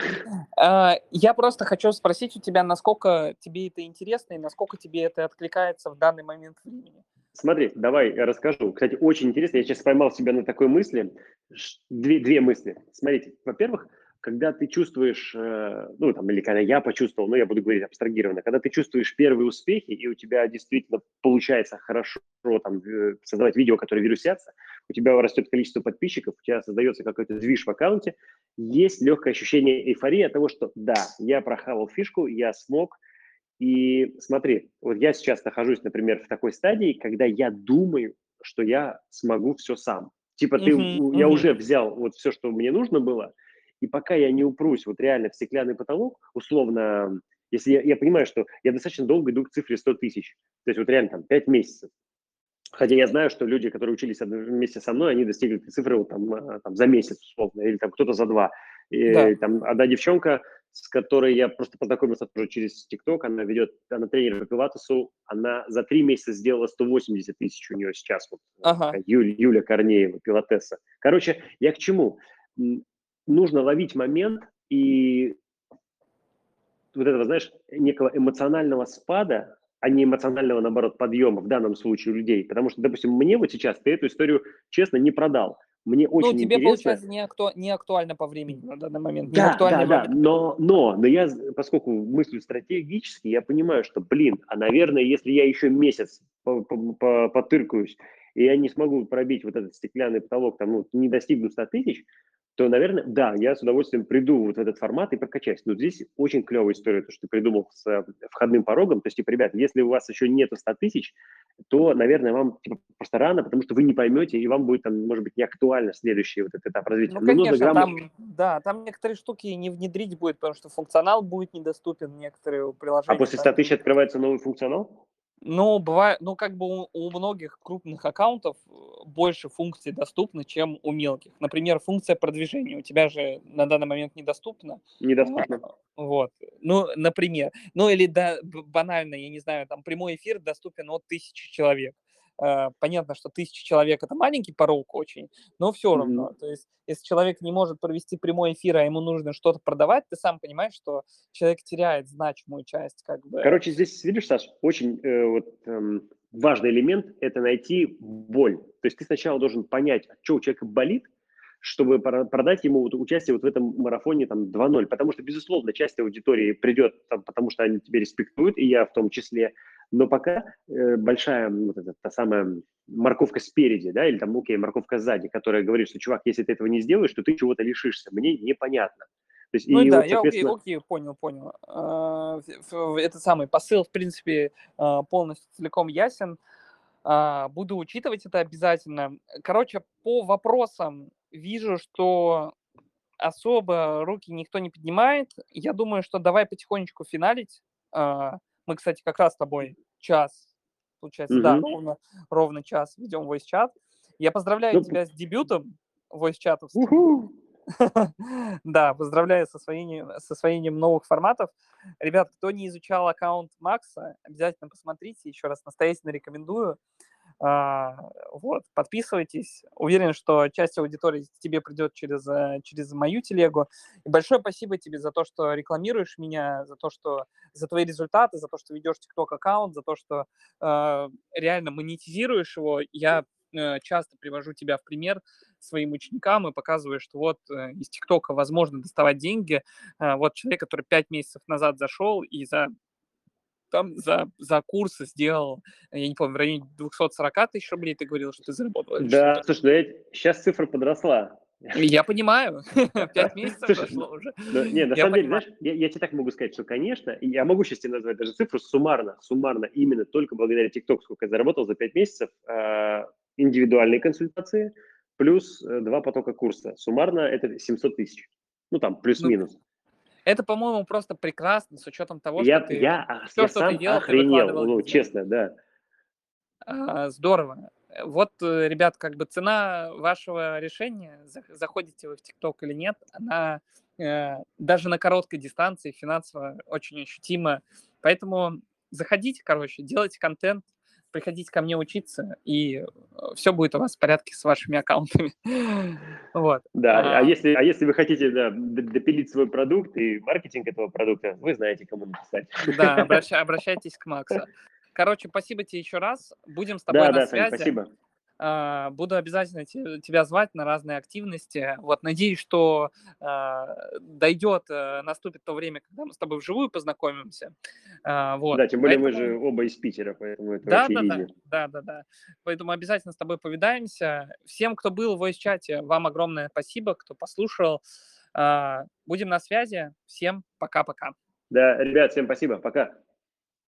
А, Я просто хочу спросить у тебя, насколько тебе это интересно и насколько тебе это откликается в данный момент времени. Смотри, давай я расскажу. Кстати, очень интересно, я сейчас поймал себя на такой мысли. Ш- Две, две мысли. Смотрите, во-первых, когда ты чувствуешь, э, ну, там, или когда я почувствовал, ну, я буду говорить абстрагированно, когда ты чувствуешь первые успехи, и у тебя действительно получается хорошо там, э, создавать видео, которые вирусятся, у тебя растет количество подписчиков, у тебя создается какой-то движ в аккаунте, есть легкое ощущение эйфории от того, что да, я прохавал фишку, я смог. И смотри, вот я сейчас нахожусь, например, в такой стадии, когда я думаю, что я смогу все сам. Типа ты, Мгм, у- я мгм. уже взял вот все, что мне нужно было, и пока я не упрусь вот реально в стеклянный потолок, условно, если я, я понимаю, что я достаточно долго иду к цифре сто тысяч, то есть вот реально там пять месяцев, хотя я знаю, что люди, которые учились одно- вместе со мной, они достигли этой цифры вот там, а, там за месяц, условно, или там кто-то за два. Да. И, там одна девчонка, с которой я просто познакомился тоже через ТикТок, она ведет, она тренер по пилатесу, она за три месяца сделала сто восемьдесят тысяч у нее сейчас, вот, э, Ага. такая Юля, Юля Корнеева, пилатеса. Короче, я к чему? М, Нужно ловить момент и вот этого, знаешь, некого эмоционального спада, а не эмоционального, наоборот, подъема в данном случае у людей. Потому что, допустим, мне вот сейчас ты эту историю, честно, не продал. Мне Ну, очень тебе, интересно. получается, не, акту... не актуально по времени на данный момент, не в Да, актуальный да, да, момент. но, но, но я, поскольку мыслю стратегически, я понимаю, что, блин, а, наверное, если я еще месяц по- по- по- потыркаюсь, и я не смогу пробить вот этот стеклянный потолок, там, ну, не достигну ста тысяч, то, наверное, да, я с удовольствием приду вот в этот формат и прокачаюсь. Но здесь очень клевая история, то, что ты придумал с э, входным порогом. То есть, типа, ребят, если у вас еще нету ста тысяч, то, наверное, вам типа, просто рано, потому что вы не поймете, и вам будет, там, может быть, не актуально следующий вот этот этап развития. Ну, Но нужно конечно, грамотно. там, да, там некоторые штуки не внедрить будет, потому что функционал будет недоступен, некоторые А приложения после ста там. тысяч открывается новый функционал? Ну, бывает, ну, как бы у, у многих крупных аккаунтов э, больше функций доступно, чем у мелких. Например, функция продвижения у тебя же на данный момент недоступна. А, Недоступно. Вот. Ну, например. Ну, или да, б- банально, я не знаю, там прямой эфир доступен от тысячи человек. А, Понятно, что тысяча человек – это маленький порог очень, но все Мгм. равно. То есть, если человек не может провести прямой эфир, а ему нужно что-то продавать, ты сам понимаешь, что человек теряет значимую часть, как бы. Короче, здесь, видишь, Саш, очень э, вот, эм, важный элемент – это найти боль. То есть ты сначала должен понять, что у человека болит, чтобы пора- продать ему вот участие вот в этом марафоне там два ноль. Потому что, безусловно, часть аудитории придет, там, потому что они тебя респектуют, и я в том числе. Но пока э, большая м, вот эта, та самая морковка спереди, да, или там, окей, морковка сзади, которая говорит, что, чувак, если ты этого не сделаешь, то ты чего-то лишишься. Мне непонятно. То есть, Ну и и да, вот, я окей, соответственно, окей, понял, понял. А, ф- ф- Этот самый посыл, в принципе, а, полностью целиком ясен. А, Буду учитывать это обязательно. Короче, по вопросам вижу, что особо руки никто не поднимает. Я думаю, что давай потихонечку финалить. А, Мы, кстати, как раз с тобой час, получается, да, мгм. ровно, ровно час ведем voice чат. Я поздравляю Ну, тебя с дебютом. voice-чатовских. Уху! Да, поздравляю с освоением, с освоением новых форматов. Ребят, кто не изучал аккаунт Макса, обязательно посмотрите, еще раз настоятельно рекомендую. А, Вот, подписывайтесь. Уверен, что часть аудитории к тебе придет через, э, через мою телегу. И большое спасибо тебе за то, что рекламируешь меня, за то, что за твои результаты, за то, что ведешь TikTok аккаунт, за то, что э, реально монетизируешь его. Я э, часто привожу тебя в пример своим ученикам и показываю, что вот э, из ТикТока возможно доставать деньги. Э, вот человек, который пять месяцев назад зашел и за там за, за курсы сделал, я не помню, в районе двести сорок тысяч рублей ты говорил, что ты заработал или Да, что-то. слушай, ну я, сейчас цифра подросла. Я понимаю, пять месяцев Слушай, прошло уже. ну, не, на Я самом деле, понимаю. знаешь, я, я тебе так могу сказать, что, конечно, и я могу сейчас тебе назвать даже цифру суммарно, суммарно, именно только благодаря TikTok, сколько я заработал за пять месяцев, э, индивидуальные консультации, плюс э, два потока курса. Суммарно это семьсот тысяч. Ну, там, Ну, плюс-минус. это, по-моему, просто прекрасно, с учетом того, что Я, ты я, а, все, я что ты сам делал, ты охренел, выкладывал ну, везде. честно, да. А, Здорово. Э, Вот, э, ребят, как бы цена вашего решения, за- заходите вы в ТикТок или нет, она э, даже на короткой дистанции финансово очень ощутима. Поэтому заходите, короче, делайте контент, приходите ко мне учиться, и все будет у вас в порядке с вашими аккаунтами. Вот. Да, а А, если, а если вы хотите да, д- допилить свой продукт и маркетинг этого продукта, вы знаете, кому написать. Да, обраща- обращайтесь к Максу. Короче, спасибо тебе еще раз. Будем с тобой Да, на да, Сань, связи. спасибо. А, Буду обязательно те- тебя звать на разные активности. Вот, надеюсь, что а, дойдет, э, наступит то время, когда мы с тобой вживую познакомимся. А, Вот, Да, тем более мы же поэтому, оба из Питера, поэтому это да, вообще да, да, изи. да, да, да. Поэтому обязательно с тобой повидаемся. Всем, кто был в voice-чате, вам огромное спасибо, кто послушал. А, Будем на связи. Всем пока-пока. Да, ребят, всем спасибо, пока.